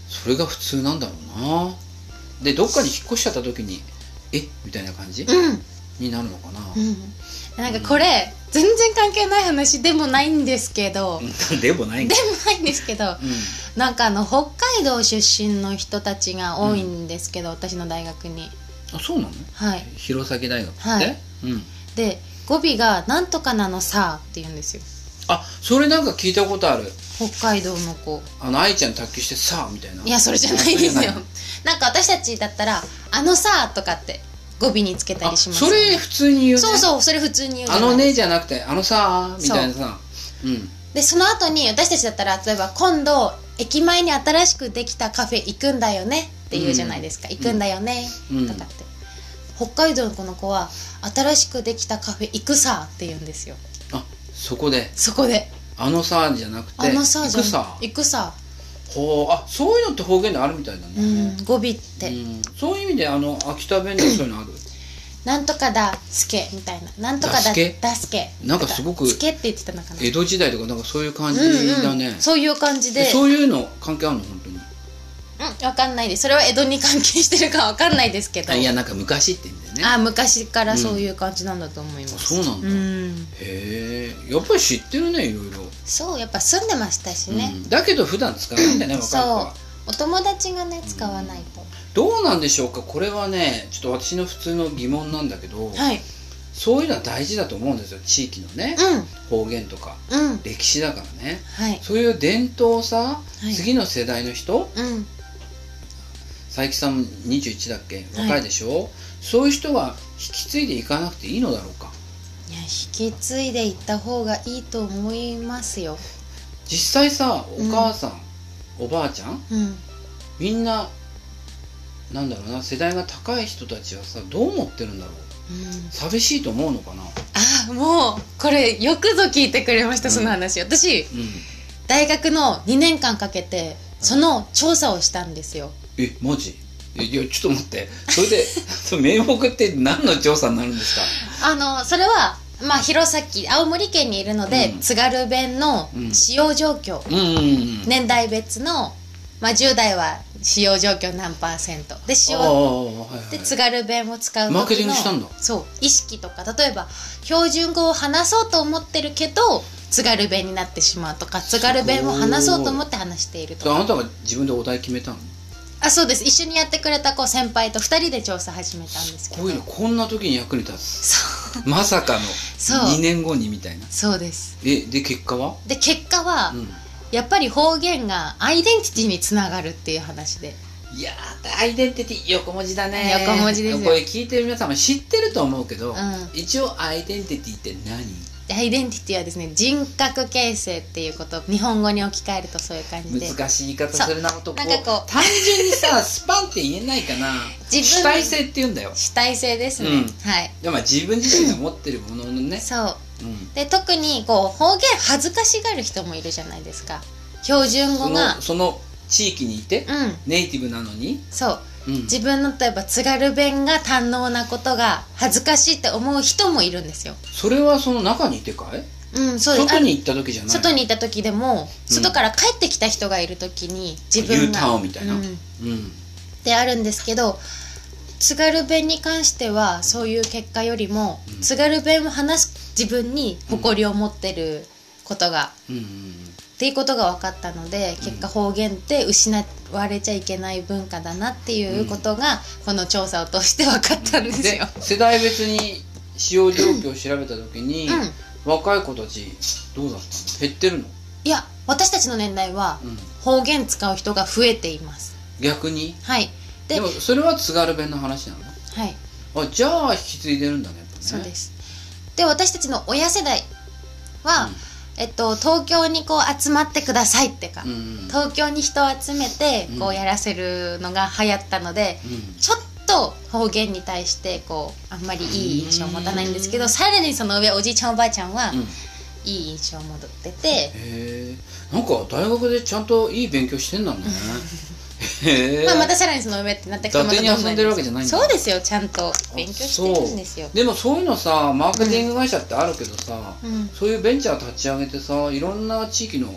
それが普通なんだろうな。でどっかに引っ越しちゃった時にみたいな感じ、になるのかな。 なんかこれ、全然関係ない話でもないんですけどでもないんですけど、なんか北海道出身の人たちが多いんですけど、私の大学に。 あ、そうなの？はい。弘前大学って、 はい、で語尾がなんとかなのさって言うんですよ。 あ、それなんか聞いたことある。 北海道の子、 愛ちゃん卓球してさみたいな。 いや、それじゃないですよ。なんか私たちだったらさとかって語尾につけたりします、 それ普通に言うね。 そうそれ普通に言うじゃないねじゃなくてさみたいなさ。 でその後に私たちだったら、例えば今度駅前に新しくできたカフェ行くんだよねって言うじゃないですか。行くんだよねとかって。北海道のこの子は新しくできたカフェ行くさって言うんですよ。 あ、そこでさじゃなくて行くさ。 ほう、あ、そういうのって方言であるみたいだね。 語尾って、 そういう意味で秋田弁でそういうのある。 なんとかだすけみたいな、なんとかだすけ、 なんかすごくすけって言ってたのかな。 江戸時代とかなんかそういう感じだね。 そういう感じで。 そういうの関係あるの本当に？ わかんないです。それは江戸に関係してるかわかんないですけど。 いや、なんか昔って意味だよね。 あ、昔からそういう感じなんだと思います。 そうなんだ。へえ、やっぱり知ってるね、いろいろ。 そう、やっぱ住んでましたしね。 だけど普段使わないんだね、若い子は。 そう、お友達がね使わないと。 どうなんでしょうか。これはね、ちょっと私の普通の疑問なんだけど、そういうのは大事だと思うんですよ。地域のね、方言とか歴史だからね。そういう伝統をさ、次の世代の人、佐伯さんも21だっけ、若いでしょ、そういう人が引き継いでいかなくていいのだろうか。 いや、引き継いでいった方がいいと思いますよ。 実際さ、お母さん、おばあちゃん、みんななんだろうな、世代が高い人たちはさ、どう思ってるんだろう。寂しいと思うのかな。 あ、もうこれよくぞ聞いてくれました、その話。私、大学の2年間かけてその調査をしたんですよ。 マジ？いや、ちょっと待って、それで名目って何の調査になるんですか？ それはまあ弘前、青森県にいるので、津軽弁の使用状況、年代別の、まあ、10代は使用状況何%でで津軽弁を使う時のマーケティングしたんだ。 そう、意識とか、例えば標準語を話そうと思ってるけど津軽弁になってしまうとか、津軽弁を話そうと思って話しているとか。 あなたが自分でお題決めたの？ あ、そうです。一緒にやってくれた先輩と2人で調査始めたんですけど。 すごいの、こんな時に役に立つ。まさかの2年後にみたいな。 そうです。 で結果はやっぱり方言がアイデンティティにつながるっていう話で。 いやー、アイデンティティ、横文字だね。 横文字ですよ。 これ聞いてる皆さんも知ってると思うけど、一応アイデンティティって何？ アイデンティティはですね、人格形成っていうこと、日本語に置き換えるとそういう感じで。 難しい言い方するな。と、なんかこう単純にさスパンって言えないかな。主体性って言うんだよ。 主体性ですね。はい。 でも自分自身が持ってるもののね。 そう。で特にこう方言恥ずかしがる人もいるじゃないですか。標準語がその地域にいて、ネイティブなのに。 そう。自分の例えば津軽弁が堪能なことが恥ずかしいって思う人もいるんですよ。 それはその中にいてかい？ そうです。 外に行った時じゃない？ 外に行った時でも、外から帰ってきた人がいる時に自分が U ターンみたいなであるんですけど、津軽弁に関してはそういう結果よりも、津軽弁を話す自分に誇りを持ってることがっていうことが分かったので、結果方言って失われちゃいけない文化だなっていうことが、この調査を通して分かったんですよ。 で世代別に使用状況を調べた時に、若い子たちどうだったの？減ってるの？ いや、私たちの年代は方言使う人が増えています。 逆に？ はい。 でもそれは津軽弁の話なの？はい。じゃあ引き継いでるんだね。 そうです。で私たちの親世代は、東京にこう集まってくださいってか、東京に人を集めてこうやらせるのが流行ったので、ちょっと方言に対してこうあんまりいい印象を持たないんですけど、さらにその上おじいちゃんおばあちゃんはいい印象を持ってて、 なんか大学でちゃんといい勉強してんだね。 またさらにその上ってなってくると、 伊達に遊んでるわけじゃないんだ。 そうですよ、ちゃんと勉強してるんですよ。 でもそういうのさ、マーケティング会社ってあるけどさ、そういうベンチャー立ち上げてさ、いろんな地域の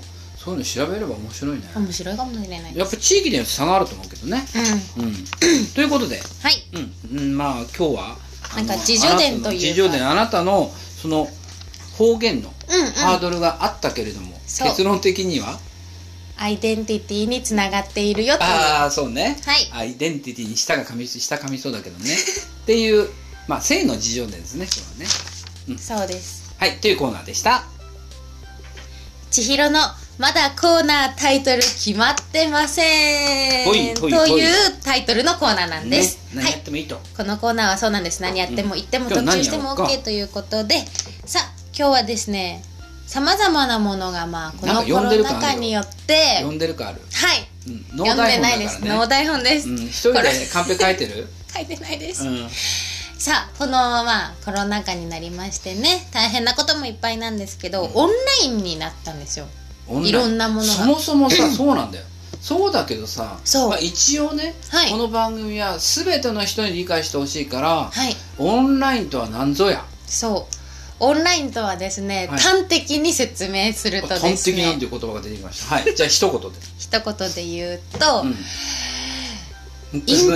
そういうの調べれば面白いね。 面白いかもしれない。 やっぱ地域で差があると思うけどね。ということで、 はい。 まあ今日はなんか自叙伝というか、 自叙伝、あなたのその方言のハードルがあったけれども、結論的にはアイデンティティにつながっているよという。 ああ、そうね。 はい。 アイデンティティに舌噛みそうだけどね。っていう、まあ性の自叙伝ですね、今日はね。 そうです。 はい、というコーナーでした。 千尋のまだコーナータイトル決まってませんというタイトルのコーナーなんです。 何やってもいいと。 このコーナーはそうなんです。何やっても言っても途中しても OK ということで、さあ今日はですね、さまざまなものがまあこのコロナ禍によって読んでるかある。 はい。 読んでないです。 ノー台本です。 一人でカンペ書いてる？ 書いてないです。さあこのまあコロナ禍になりましてね、大変なこともいっぱいなんですけど、オンラインになったんですよ。いろんなものが。 そもそもさ、そうなんだよ。そうだけどさ、まあ、一応ね、この番組は全ての人に理解してほしいから、オンラインとは何ぞや。 そう。オンラインとはですね、端的に説明するとですね。 端的なんていう言葉が出てきました。はい。じゃあ一言で。 一言で言うと、インター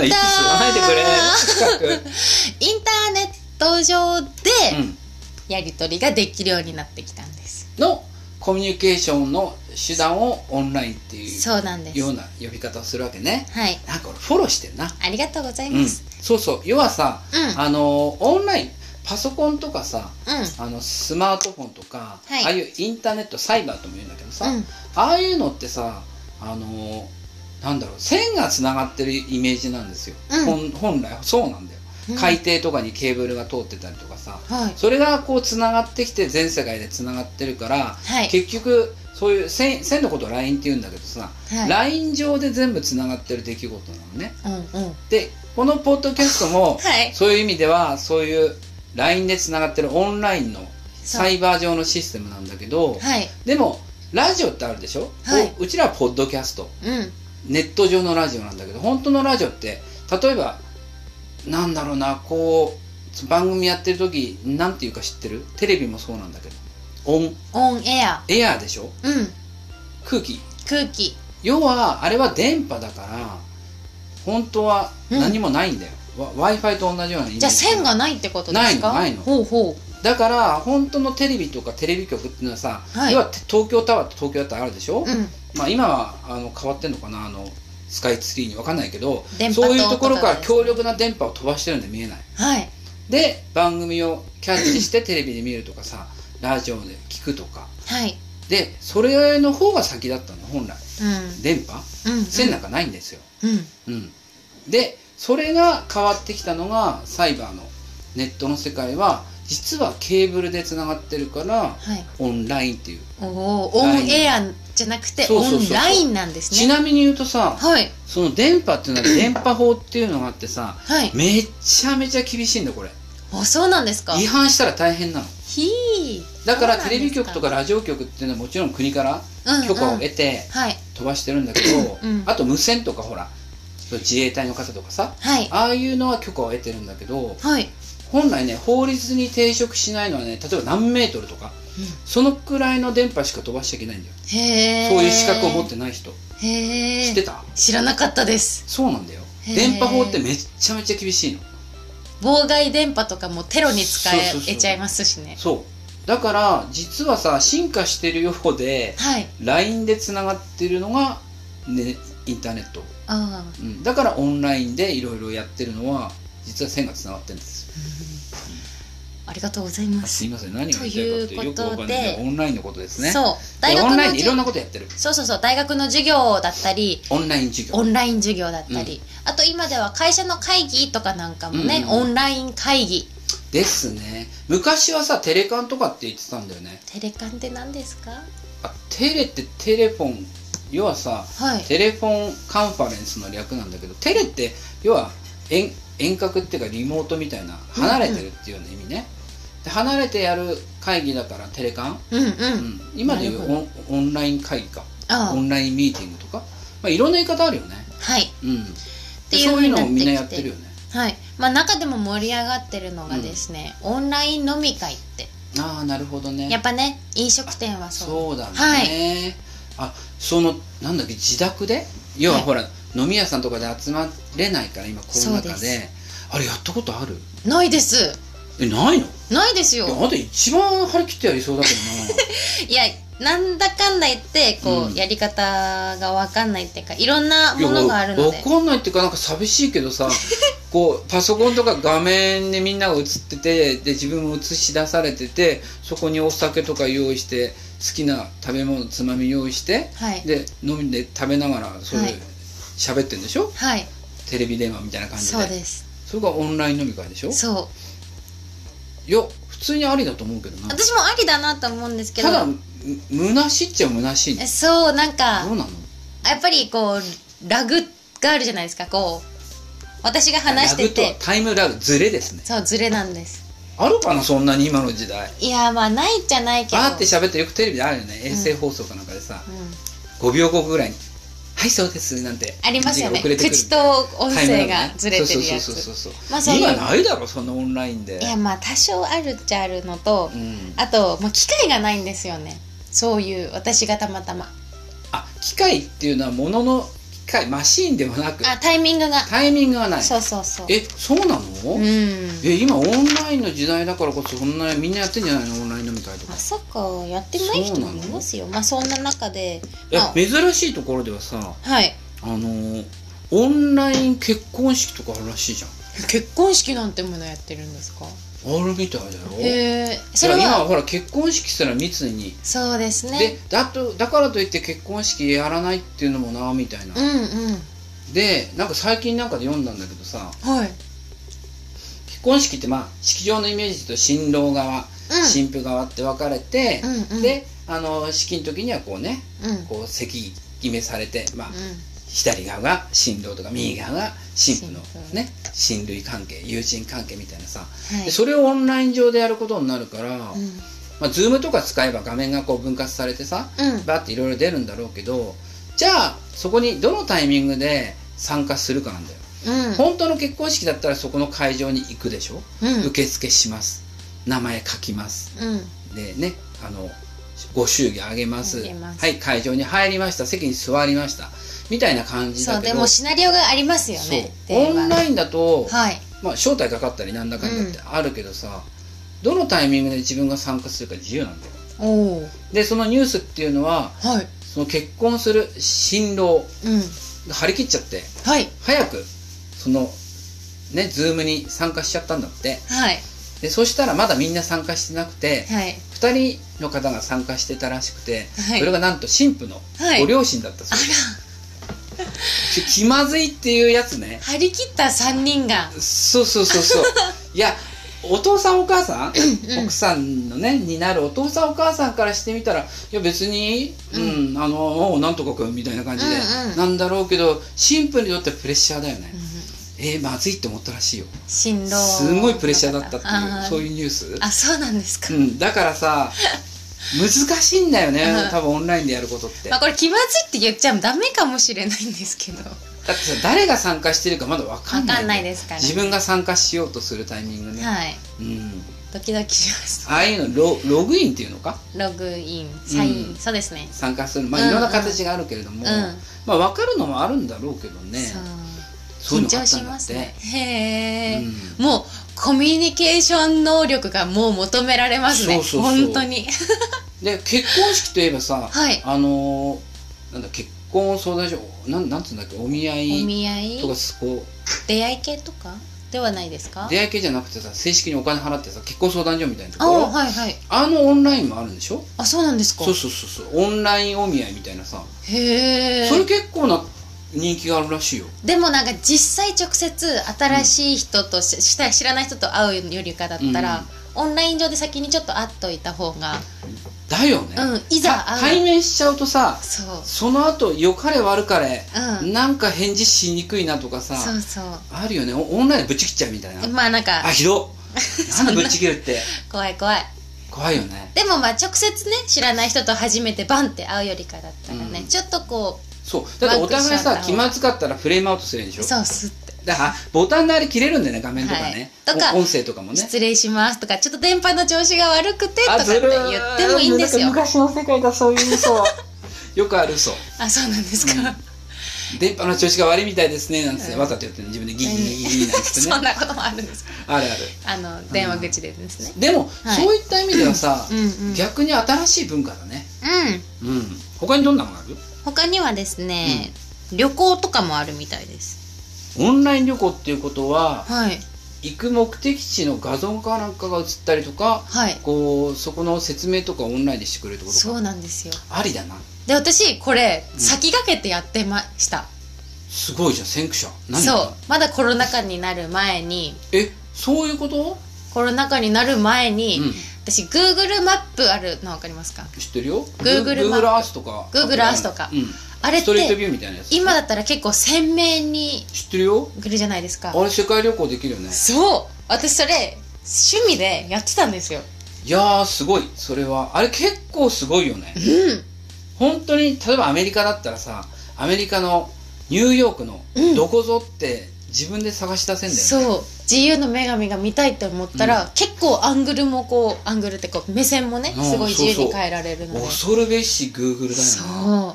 ネット上でやり取りができるようになってきたんです。 のコミュニケーションの手段をオンラインっていうそうなんですような呼び方をするわけね。 はい。 なんか俺フォローしてるな。 ありがとうございます。 そうそう。要はさ、オンラインパソコンとかさ、スマートフォンとか、ああいうインターネット、サイバーとも言うんだけどさ、ああいうのってさ、なんだろう、線がつながってるイメージなんですよ。本来そうなんだよ。海底とかにケーブルが通ってたりとかさ、それがこうつながってきて全世界でつながってるから、結局そういう線のことを LINE って言うんだけどさ、LINE 上で全部つながってる出来事なのね。でこのポッドキャストも、そういう意味ではそういう LINE でつながってるオンラインのサイバー上のシステムなんだけど、でもラジオってあるでしょ、うちらはポッドキャスト、ネット上のラジオなんだけど、本当のラジオって例えばなんだろうな、こう番組やってる時なんていうか知ってる？テレビもそうなんだけどオンエアでしょ。空気要はあれは電波だから本当は何もないんだよ。Wi-Fi と同じようなイメージ。 じゃあ線がないってことですか？ ないの。だから本当のテレビとかテレビ局っていうのはさ、要は東京タワーって東京だったらあるでしょ。まあ今は変わってんのかな、スカイツリーに分かんないけど、そういうところから強力な電波を飛ばしてるんで見えない。で番組をキャッチしてテレビで見るとかさ、ラジオで聞くとか、でそれの方が先だったの本来。電波、線なんかないんですよ。でそれが変わってきたのがサイバーのネットの世界は実はケーブルでつながってるから、オンラインっていう。 オンエアじゃなくてオンラインなんですね。 ちなみに言うとさ、その電波っていうのは電波法っていうのがあってさ、めちゃめちゃ厳しいんだこれ。 あ、そうなんですか。 違反したら大変なの。だからテレビ局とかラジオ局っていうのはもちろん国から許可を得て飛ばしてるんだけど、あと無線とかほら自衛隊の方とかさ、ああいうのは許可を得てるんだけど、本来ね法律に抵触しないのはね、例えば何メートルとか、そのくらいの電波しか飛ばしちゃいけないんだよ。そういう資格を持ってない人。知ってた？ 知らなかったです。 そうなんだよ。電波法ってめちゃめちゃ厳しいの。 妨害電波とかもテロに使えちゃいますしね。 そうだから実はさ、進化してるようで、LINE でつながってるのが、ね、インターネット。だからオンラインでいろいろやってるのは実は線がつながってるんです。 ありがとうございます。 すいません、何が言いたいかってよくわかんないけど、オンラインのことですね。 大学のオンラインでいろんなことやってる。 大学の授業だったり、 オンライン授業だったり、あと今では会社の会議とかなんかもね、オンライン会議ですね。昔はさ、テレカンとかって言ってたんだよね。 テレカンって何ですか？ テレってテレフォン、要はさ、テレフォンカンファレンスの略なんだけど、テレって要は遠隔っていうかリモートみたいな、離れてるっていうような意味ね。で離れてやる会議だからテレカン、今でいうオンライン会議か、オンラインミーティングとか、いろんな言い方あるよね。そういうのをみんなやってるよね。 中でも盛り上がってるのがですね、オンライン飲み会って。 なるほどね。 やっぱね、飲食店はそうだね。 なんだっけ、自宅で、要はほら、飲み屋さんとかで集まれないから今コロナ禍で、あれやったことある？ ないです。 ないの？ ないですよ。 あなた一番張り切ってやりそうだけどな。いや、なんだかんだ言ってこう、やり方が分かんないっていうか、いろんなものがあるので。 分かんないっていうか、なんか寂しいけどさ、こうパソコンとか画面でみんなが映ってて、で自分も映し出されてて、そこにお酒とか用意して、好きな食べ物つまみ用意して、で飲みで食べながらそれ喋ってるんでしょ。はい。テレビ電話みたいな感じで。 そうです。 それがオンライン飲み会でしょ。 そう。 いや普通にありだと思うけどな。 私もありだなと思うんですけど。 ただ虚しいっちゃ虚しいね。 そう、なんかどうなの？ やっぱりこうラグがあるじゃないですか。こう私が話してて、 ラグとタイムラグ、ズレですね。 そう、ズレなんです。 あるかな、そんなに今の時代。 いや、まあないじゃないけど、 バーって喋ってよくテレビであるよね、衛星放送かなんかでさ、5秒後ぐらいに「はいそうです」なんてありますよね。口と音声がずれてるやつ。 今ないだろそんなオンラインで。 いや、まあ多少あるっちゃあるのと、あと、まあ、機会がないんですよね。そういう私がたまたま。 機械っていうのはものの機械、マシーンではなく、 タイミングがない。そうそうそう。 そうなの？今オンラインの時代だからこそ、そんなみんなやってんじゃないの、オンライン飲み会とか。 まさかやってない人もいますよ。まあそんな中で、 珍しいところではさ、オンライン結婚式とかあるらしいじゃん。 結婚式なんてものやってるんですか？ あるみたいだよ。 それは今ほら結婚式すら密に。 そうですね。 でだからといって結婚式やらないっていうのもなみたいな。でなんか最近なんかで読んだんだけどさ、結婚式ってまあ式場のイメージと新郎側、新婦側って分かれて、で式の時にはこうね、こう席決めされて、まあ左側が新郎とか右側が新婦のね、親類関係、友人関係みたいなさ、でそれをオンライン上でやることになるから、ズームとか使えば画面がこう分割されてさ、バッていろいろ出るんだろうけど、じゃあそこにどのタイミングで参加するかなんだよ。本当の結婚式だったらそこの会場に行くでしょ、受付します、名前書きます、でね、ご祝儀あげます、はい、会場に入りました、席に座りましたみたいな感じだけど、 そうでもシナリオがありますよね。 オンラインだと、まあ招待かかったりなんだかんだってあるけどさ、どのタイミングで自分が参加するか自由なんだよ。でそのニュースっていうのは、その結婚する新郎が張り切っちゃって、早くそのねズームに参加しちゃったんだって。でそしたらまだみんな参加してなくて、2人の方が参加してたらしくて、それがなんと新婦のご両親だったそうです。気まずいっていうやつね。 張り切った3人が。 そういやお父さんお母さん奥さんのねになるお父さんお母さんからしてみたら、いや別になんとかくんみたいな感じでなんだろうけど、新婦にとってはプレッシャーだよね。まずいって思ったらしいよ。 新郎すごいプレッシャーだったっていう、そういうニュース。 そうなんですか。 だからさ難しいんだよね、多分オンラインでやることって。 これ気まずいって言っちゃダメかもしれないんですけど、だってさ誰が参加してるかまだ分かんないですから、 自分が参加しようとするタイミングね。 ドキドキします。 ああいうのログインっていうのか、 ログイン、サイン、そうですね、 参加する、まあいろんな形があるけれども、まあ分かるのもあるんだろうけどね。 緊張しますね。もうコミュニケーション能力がもう求められますね、本当に。 で結婚式といえばさ、なんだ結婚相談所、なんつうんだっけ、お見合いとかこう出会い系とかではないですか？ 出会い系じゃなくてさ、正式にお金払ってさ結婚相談所みたいなところ、オンラインもあるんでしょ。 そうなんですか。 そうオンラインお見合いみたいなさ、それ結構な人気があるらしいよ。 でもなんか実際直接新しい人と知らない人と会うよりかだったら、オンライン上で先にちょっと会っといた方がだよね。 いざ会う対面しちゃうとさ、その後良かれ悪かれ、なんか返事しにくいなとかさ、あるよね。オンラインでぶち切っちゃうみたいな。 まあなんかひどっ、なんでぶち切るって怖いよね。 でもまあ直接ね知らない人と初めてバンって会うよりかだったらね、ちょっとこう、 だってお互いさ気まずかったらフレームアウトするでしょ。 スッてだからボタンであれ切れるんだよね、画面とかね、音声とかもね。 失礼しますとか、ちょっと電波の調子が悪くてとかって言ってもいいんですよ。 昔の世界だ、そういう嘘。 よくある嘘。 あ、そうなんですか。 電波の調子が悪いみたいですねなんてわざと言って自分でギギギギギなんてね。 そんなこともあるんですか。 あるある。電話口でですね。 でもそういった意味ではさ、逆に新しい文化だね。うん。他にどんなのがある？ 他にはですね、旅行とかもあるみたいです。 オンライン旅行っていうことは、行く目的地の画像かなんかが映ったりとか、こうそこの説明とかオンラインでしてくれるってことか。 そうなんですよ。 ありだな。 で、私これ先駆けてやってました。 すごいじゃん、先駆者。 そう、まだコロナ禍になる前に。 そういうこと？ コロナ禍になる前に、私 Google マップあるの分かりますか？ 知ってるよ。 Google マップとか Google Earth とか、あれってストリートビューみたいなやつ、今だったら結構鮮明に知ってるよ。 来るじゃないですか。 あれ世界旅行できるよね。 そう、私それ趣味でやってたんですよ。 いやーすごい。それはあれ結構すごいよね。本当に例えばアメリカだったらさ、アメリカのニューヨークのどこぞって自分で探し出せんだよね。そう、 自由の女神が見たいって思ったら、結構アングルもこうアングルってこう目線もね、すごい自由に変えられるので、 恐るべし Google だよね。 そう、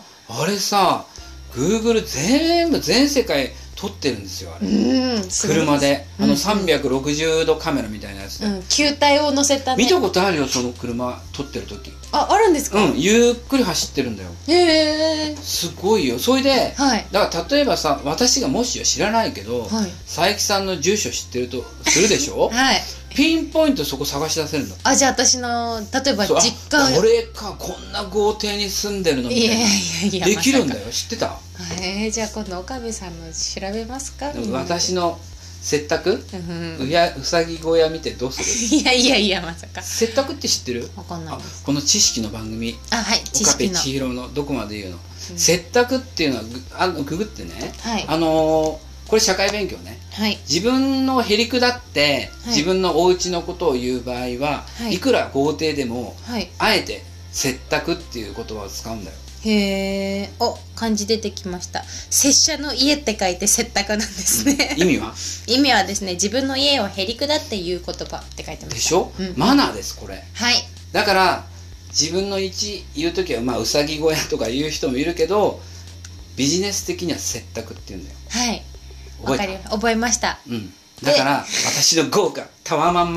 あれさ Google 全世界撮ってるんですよ、あれ。車で360度カメラみたいなやつで、 球体を乗せたね。 見たことあるよ、その車撮ってる時。 あるんですか？ ゆっくり走ってるんだよ。へえ、すごいよ。それでだから例えばさ、私がもしよ知らないけど佐伯さんの住所知ってるとするでしょ。ピンポイントそこ探し出せるんだ。 じゃあ私の例えば実家、 俺かこんな豪邸に住んでるのみたいなできるんだよ。知ってた？ じゃあ今度岡部さんの調べますか？ 私の接託うさぎ小屋見てどうする？ いやまさか。 接託って知ってる？ わかんないです。 この知識の番組、岡部千尋のどこまで言うの。接託っていうのはググってね、これ社会勉強ね。自分のへりくだって自分のお家のことを言う場合はいくら豪邸でもあえて接託っていう言葉を使うんだよ。 へえ、漢字出てきました。拙者の家って書いて接託なんですね。 意味は？ 意味はですね、自分の家をへりくだって言う言葉って書いてます。 でしょ？マナーですこれ。だから自分の家言う時はうさぎ小屋とか言う人もいるけど、ビジネス的には接託って言うんだよ。覚えました。だから私の豪華タワマン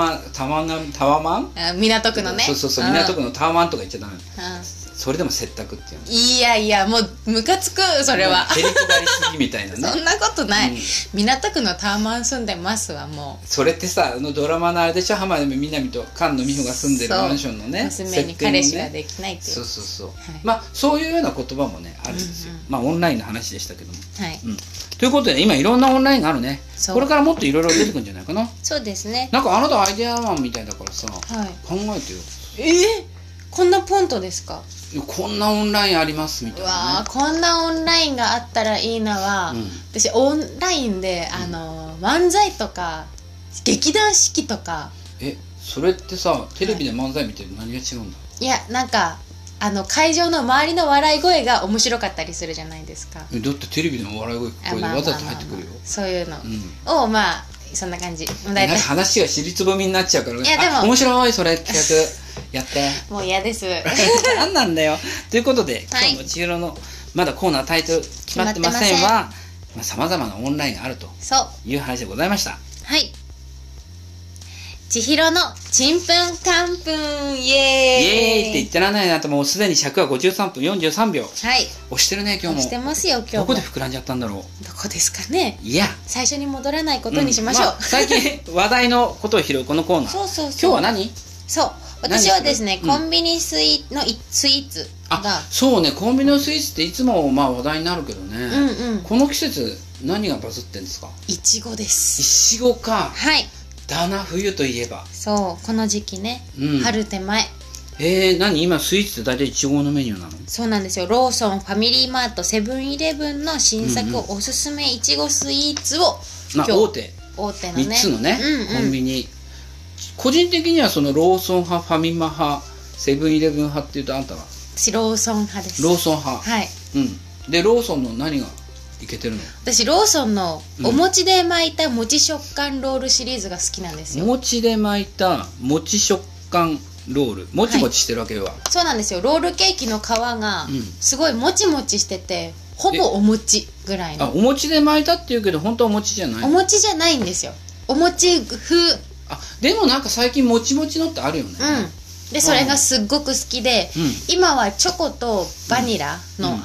港区のね。 そう港区のタワマンとか言っちゃダメ。それでも接託っていうの。 いやもうムカつく、それは。 へりくだりすぎみたいなね。 そんなことない。港区のタワマン住んでますわ。もうそれってさ、ドラマのあれでしょ、浜辺美波と菅野美穂が住んでるマンションのね、 娘に彼氏ができないっていう。 そういうような言葉もねあるんですよ。オンラインの話でしたけども。ということで今いろんなオンラインがあるね。これからもっといろいろ出てくるんじゃないかな。 そうですね。 なんかあなたアイデアマンみたいだからさ、考えてよ。 こんなポントですか？ こんなオンラインありますみたいなね。 こんなオンラインがあったらいいなは、私オンラインで漫才とか劇団四季とか。 それってさ、テレビで漫才見て何が違うんだ？ いや、なんか会場の周りの笑い声が面白かったりするじゃないですか。 だってテレビの笑い声聞こえてわざと入ってくるよ。 そういうのをそんな感じ。 なんか話が尻つぼみになっちゃうからね。面白いそれ企画やって。 もう嫌です。 何なんだよ。ということで今日も千尋のまだコーナータイトル決まってませんは、さまざまなオンラインがあるという話でございました。 千尋のちんぷんかんぷんイエーイ。 イエーイって言ってらんないなと、もうすでに尺は53分43秒。押してるね今日も。 押してますよ今日も。 どこで膨らんじゃったんだろう。 どこですかね。 いや、 最初に戻らないことにしましょう。 最近話題のことを拾うこのコーナー。今日は何？ 私はですね、コンビニスイーツが。 そうね、コンビニのスイーツっていつも話題になるけどね。この季節何がバズってんですか？ いちごです。 いちごか。だな、冬といえば。 この時期ね、春手前。 何今スイーツって大体いちごのメニューなの？ そうなんですよ。ローソン、ファミリーマート、セブンイレブンの新作おすすめいちごスイーツを大手のね 3つのねコンビニ。個人的にはそのローソン派、ファミマ派、セブンイレブン派っていうと、あんたは？ 私ローソン派です。 ローソン派。でローソンの何がいけてるの？ 私ローソンのお餅で巻いた餅食感ロールシリーズが好きなんですよ。 お餅で巻いた餅食感ロールもちもちしてるわけよ、 そうなんですよ。ロールケーキの皮がすごいもちもちしてて、ほぼお餅ぐらいの。 お餅で巻いたっていうけど本当はお餅じゃない。 お餅じゃないんですよ。お餅風。 でもなんか最近もちもちのってあるよね。 でそれがすっごく好きで、今はチョコとバニラの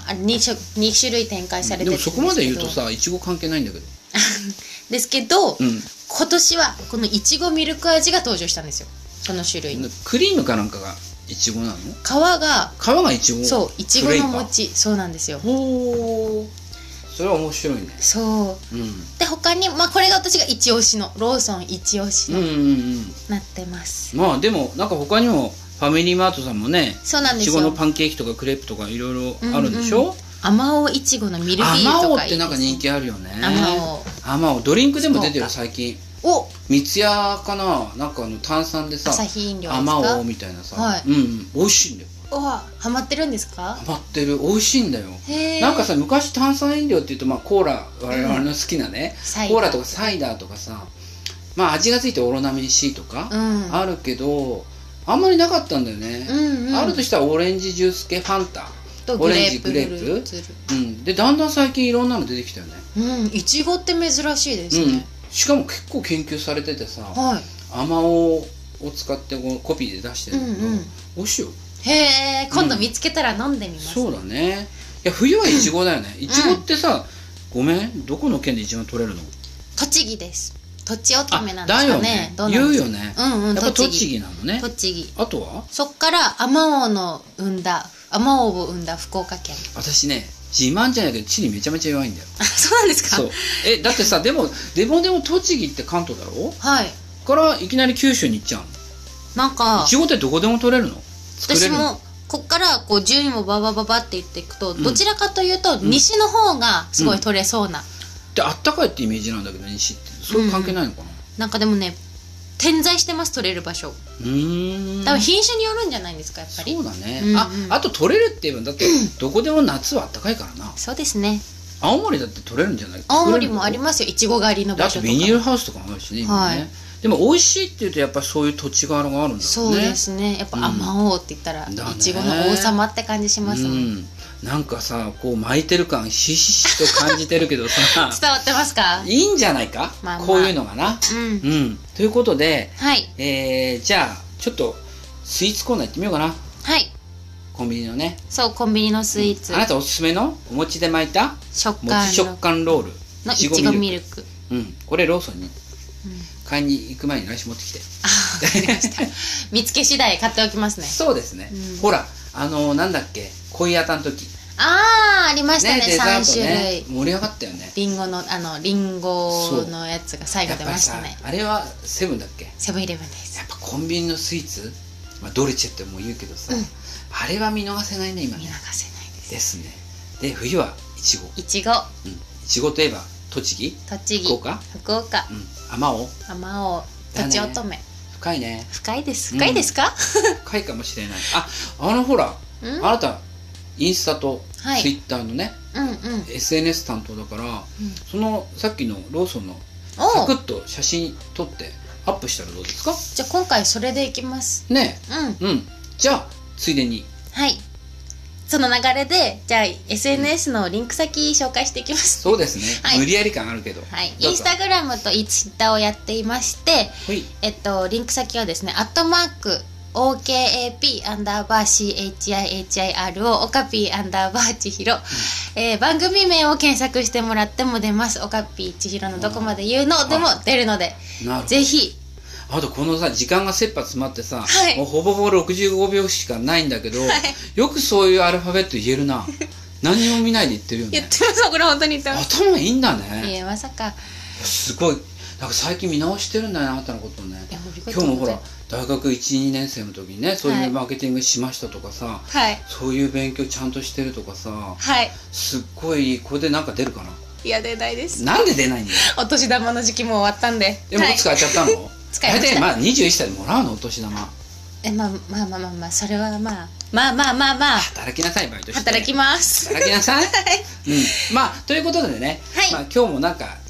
2種類展開されてるんですけど。 でもそこまで言うとさ、いちご関係ないんだけど。 ですけど、今年はこのいちごミルク味が登場したんですよ。その種類にクリームかなんかがいちごなの？ 皮がいちご。そう、いちごの餅。そうなんですよ。 ほー、それは面白いね。 そう、で他にこれが私が一押しのローソン一押しのなってます。 でもなんか他にもファミリーマートさんもね、 そうなんですよ。 いちごのパンケーキとかクレープとかいろいろあるんでしょ。 あまおういちごのミルフィーユとかいいです。 あまおうってなんか人気あるよね。あまおうドリンクでも出てる最近。三ツ矢かな、なんか炭酸でさ、 アサヒ飲料ですか、 あまおうみたいなさ、美味しいんだよ。 ハマってるんですか？ ハマってる。美味しいんだよ。なんかさ、昔炭酸飲料っていうとコーラ、我々の好きなね、コーラとかサイダーとかさ、味がついてオロナミン C とかあるけど、あんまりなかったんだよね。あるとしたらオレンジジュース系、ファンタ、オレンジグレープ、でだんだん最近いろんなの出てきたよね。 いちごって珍しいですね。 しかも結構研究されててさ、あまおうを使ってコピーで出してるんだけど、美味しいよ。 へえ、今度見つけたら飲んでみます。 そうだね。いや冬はいちごだよね。いちごってさ、ごめん、どこの県で一番取れるの？ 栃木です。とちおとめなんですかね。 言うよね。やっぱ栃木なのね。 栃木。 あとは？ そっからあまおうを生んだ福岡県。 私ね、自慢じゃないけど地理めちゃめちゃ弱いんだよ。 そうなんですか？ そう。だってさ、でも栃木って関東だろ？ はい。 からいきなり九州に行っちゃうの。 なんかいちごってどこでも取れるの？ 私もこっから順位もババババって言っていくと、どちらかというと西の方がすごい取れそうな。 で、あったかいってイメージなんだけど、西ってそういう関係ないのかな？ なんかでもね、点在してます、取れる場所。多分品種によるんじゃないですか、やっぱり。 そうだね。あと取れるって言えば、だってどこでも夏はあったかいからな。 そうですね。 青森だって取れるんじゃない？ 青森もありますよ、いちご狩りの場所とか。 あとビニールハウスとかもあるしね、今ね。でも美味しいっていうとやっぱりそういう土地柄があるんだろうね。 そうですね。やっぱあまおうって言ったらいちごの王様って感じしますもん。 なんかさ、こう巻いてる感ひしひしと感じてるけどさ伝わってますか？ いいんじゃないか、こういうのがな。ということで、じゃあちょっとスイーツコーナー行ってみようかな。 はい。 コンビニのね。 そう、コンビニのスイーツ。 あなたおすすめのお餅で巻いたもち食感ロールのいちごミルク。 これローソンに買いに行く前に来週持ってきて。 見つけ次第買っておきますね。 そうですね。ほら、なんだっけ、恋あたの時。 ありましたね、3種類。 盛り上がったよね。 リンゴのやつが最後出ましたね。 あれはセブンだっけ？ セブンイレブンです。 やっぱコンビニのスイーツ、ドルチェっても言うけどさ、あれは見逃せないね、今ね。 見逃せないです。 ですね。で、冬はいちご。 いちご。 いちごといえば栃木、福岡、あまおう、 とちおとめ。 深いね。 深いです。深いですか？ 深いかもしれない。ほら、あなたインスタとツイッターのね、SNS 担当だから、そのさっきのローソンのサクッと写真撮ってアップしたらどうですか？ じゃあ今回それでいきますね。じゃあついでに、 その流れでじゃあ SNS のリンク先紹介していきます。 そうですね。無理やり感あるけど、 インスタグラムとツイッターをやっていまして、リンク先はですね、@OKAP_CHIHIRO オカピー千尋、番組名を検索してもらっても出ます。オカピー千尋のどこまで言うのでも出るので、ぜひ。 あとこのさ、時間が切羽詰まってさ、もうほぼほぼ65秒しかないんだけど、よくそういうアルファベット言えるな。何も見ないで言ってるよね。 言ってます。これ本当に言ってます。 頭いいんだね。 いや、まさか。 すごい。なんか最近見直してるんだね、あなたのことをね。今日もほら、大学 1,2 年生の時にね、そういうマーケティングしましたとかさ、そういう勉強ちゃんとしてるとかさ、すっごい、これでなんか出るかな？ いや、出ないです。 なんで出ないんだよ。 お年玉の時期も終わったんで。 でも使っちゃったの？ 使いました。 まあ21歳でもらうの、お年玉。 まあそれはまあ働きなさい、バイトして。 働きます。 働きなさい。まあということでね、今日もなんか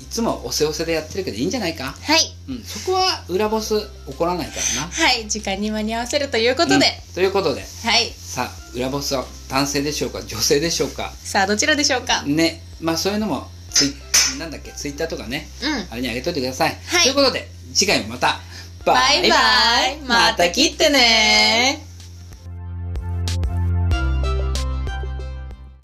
つもおせおせでやってるけどいいんじゃないか。 はい、 そこは裏ボス怒らないからな。 はい、時間に間に合わせるということで、 ということで、 はい、 さあ裏ボスは男性でしょうか女性でしょうか。 さあどちらでしょうかね。まあそういうのもツイッターとかね、あれにあげといてください。ということで次回もまたバイバイ、また切ってね。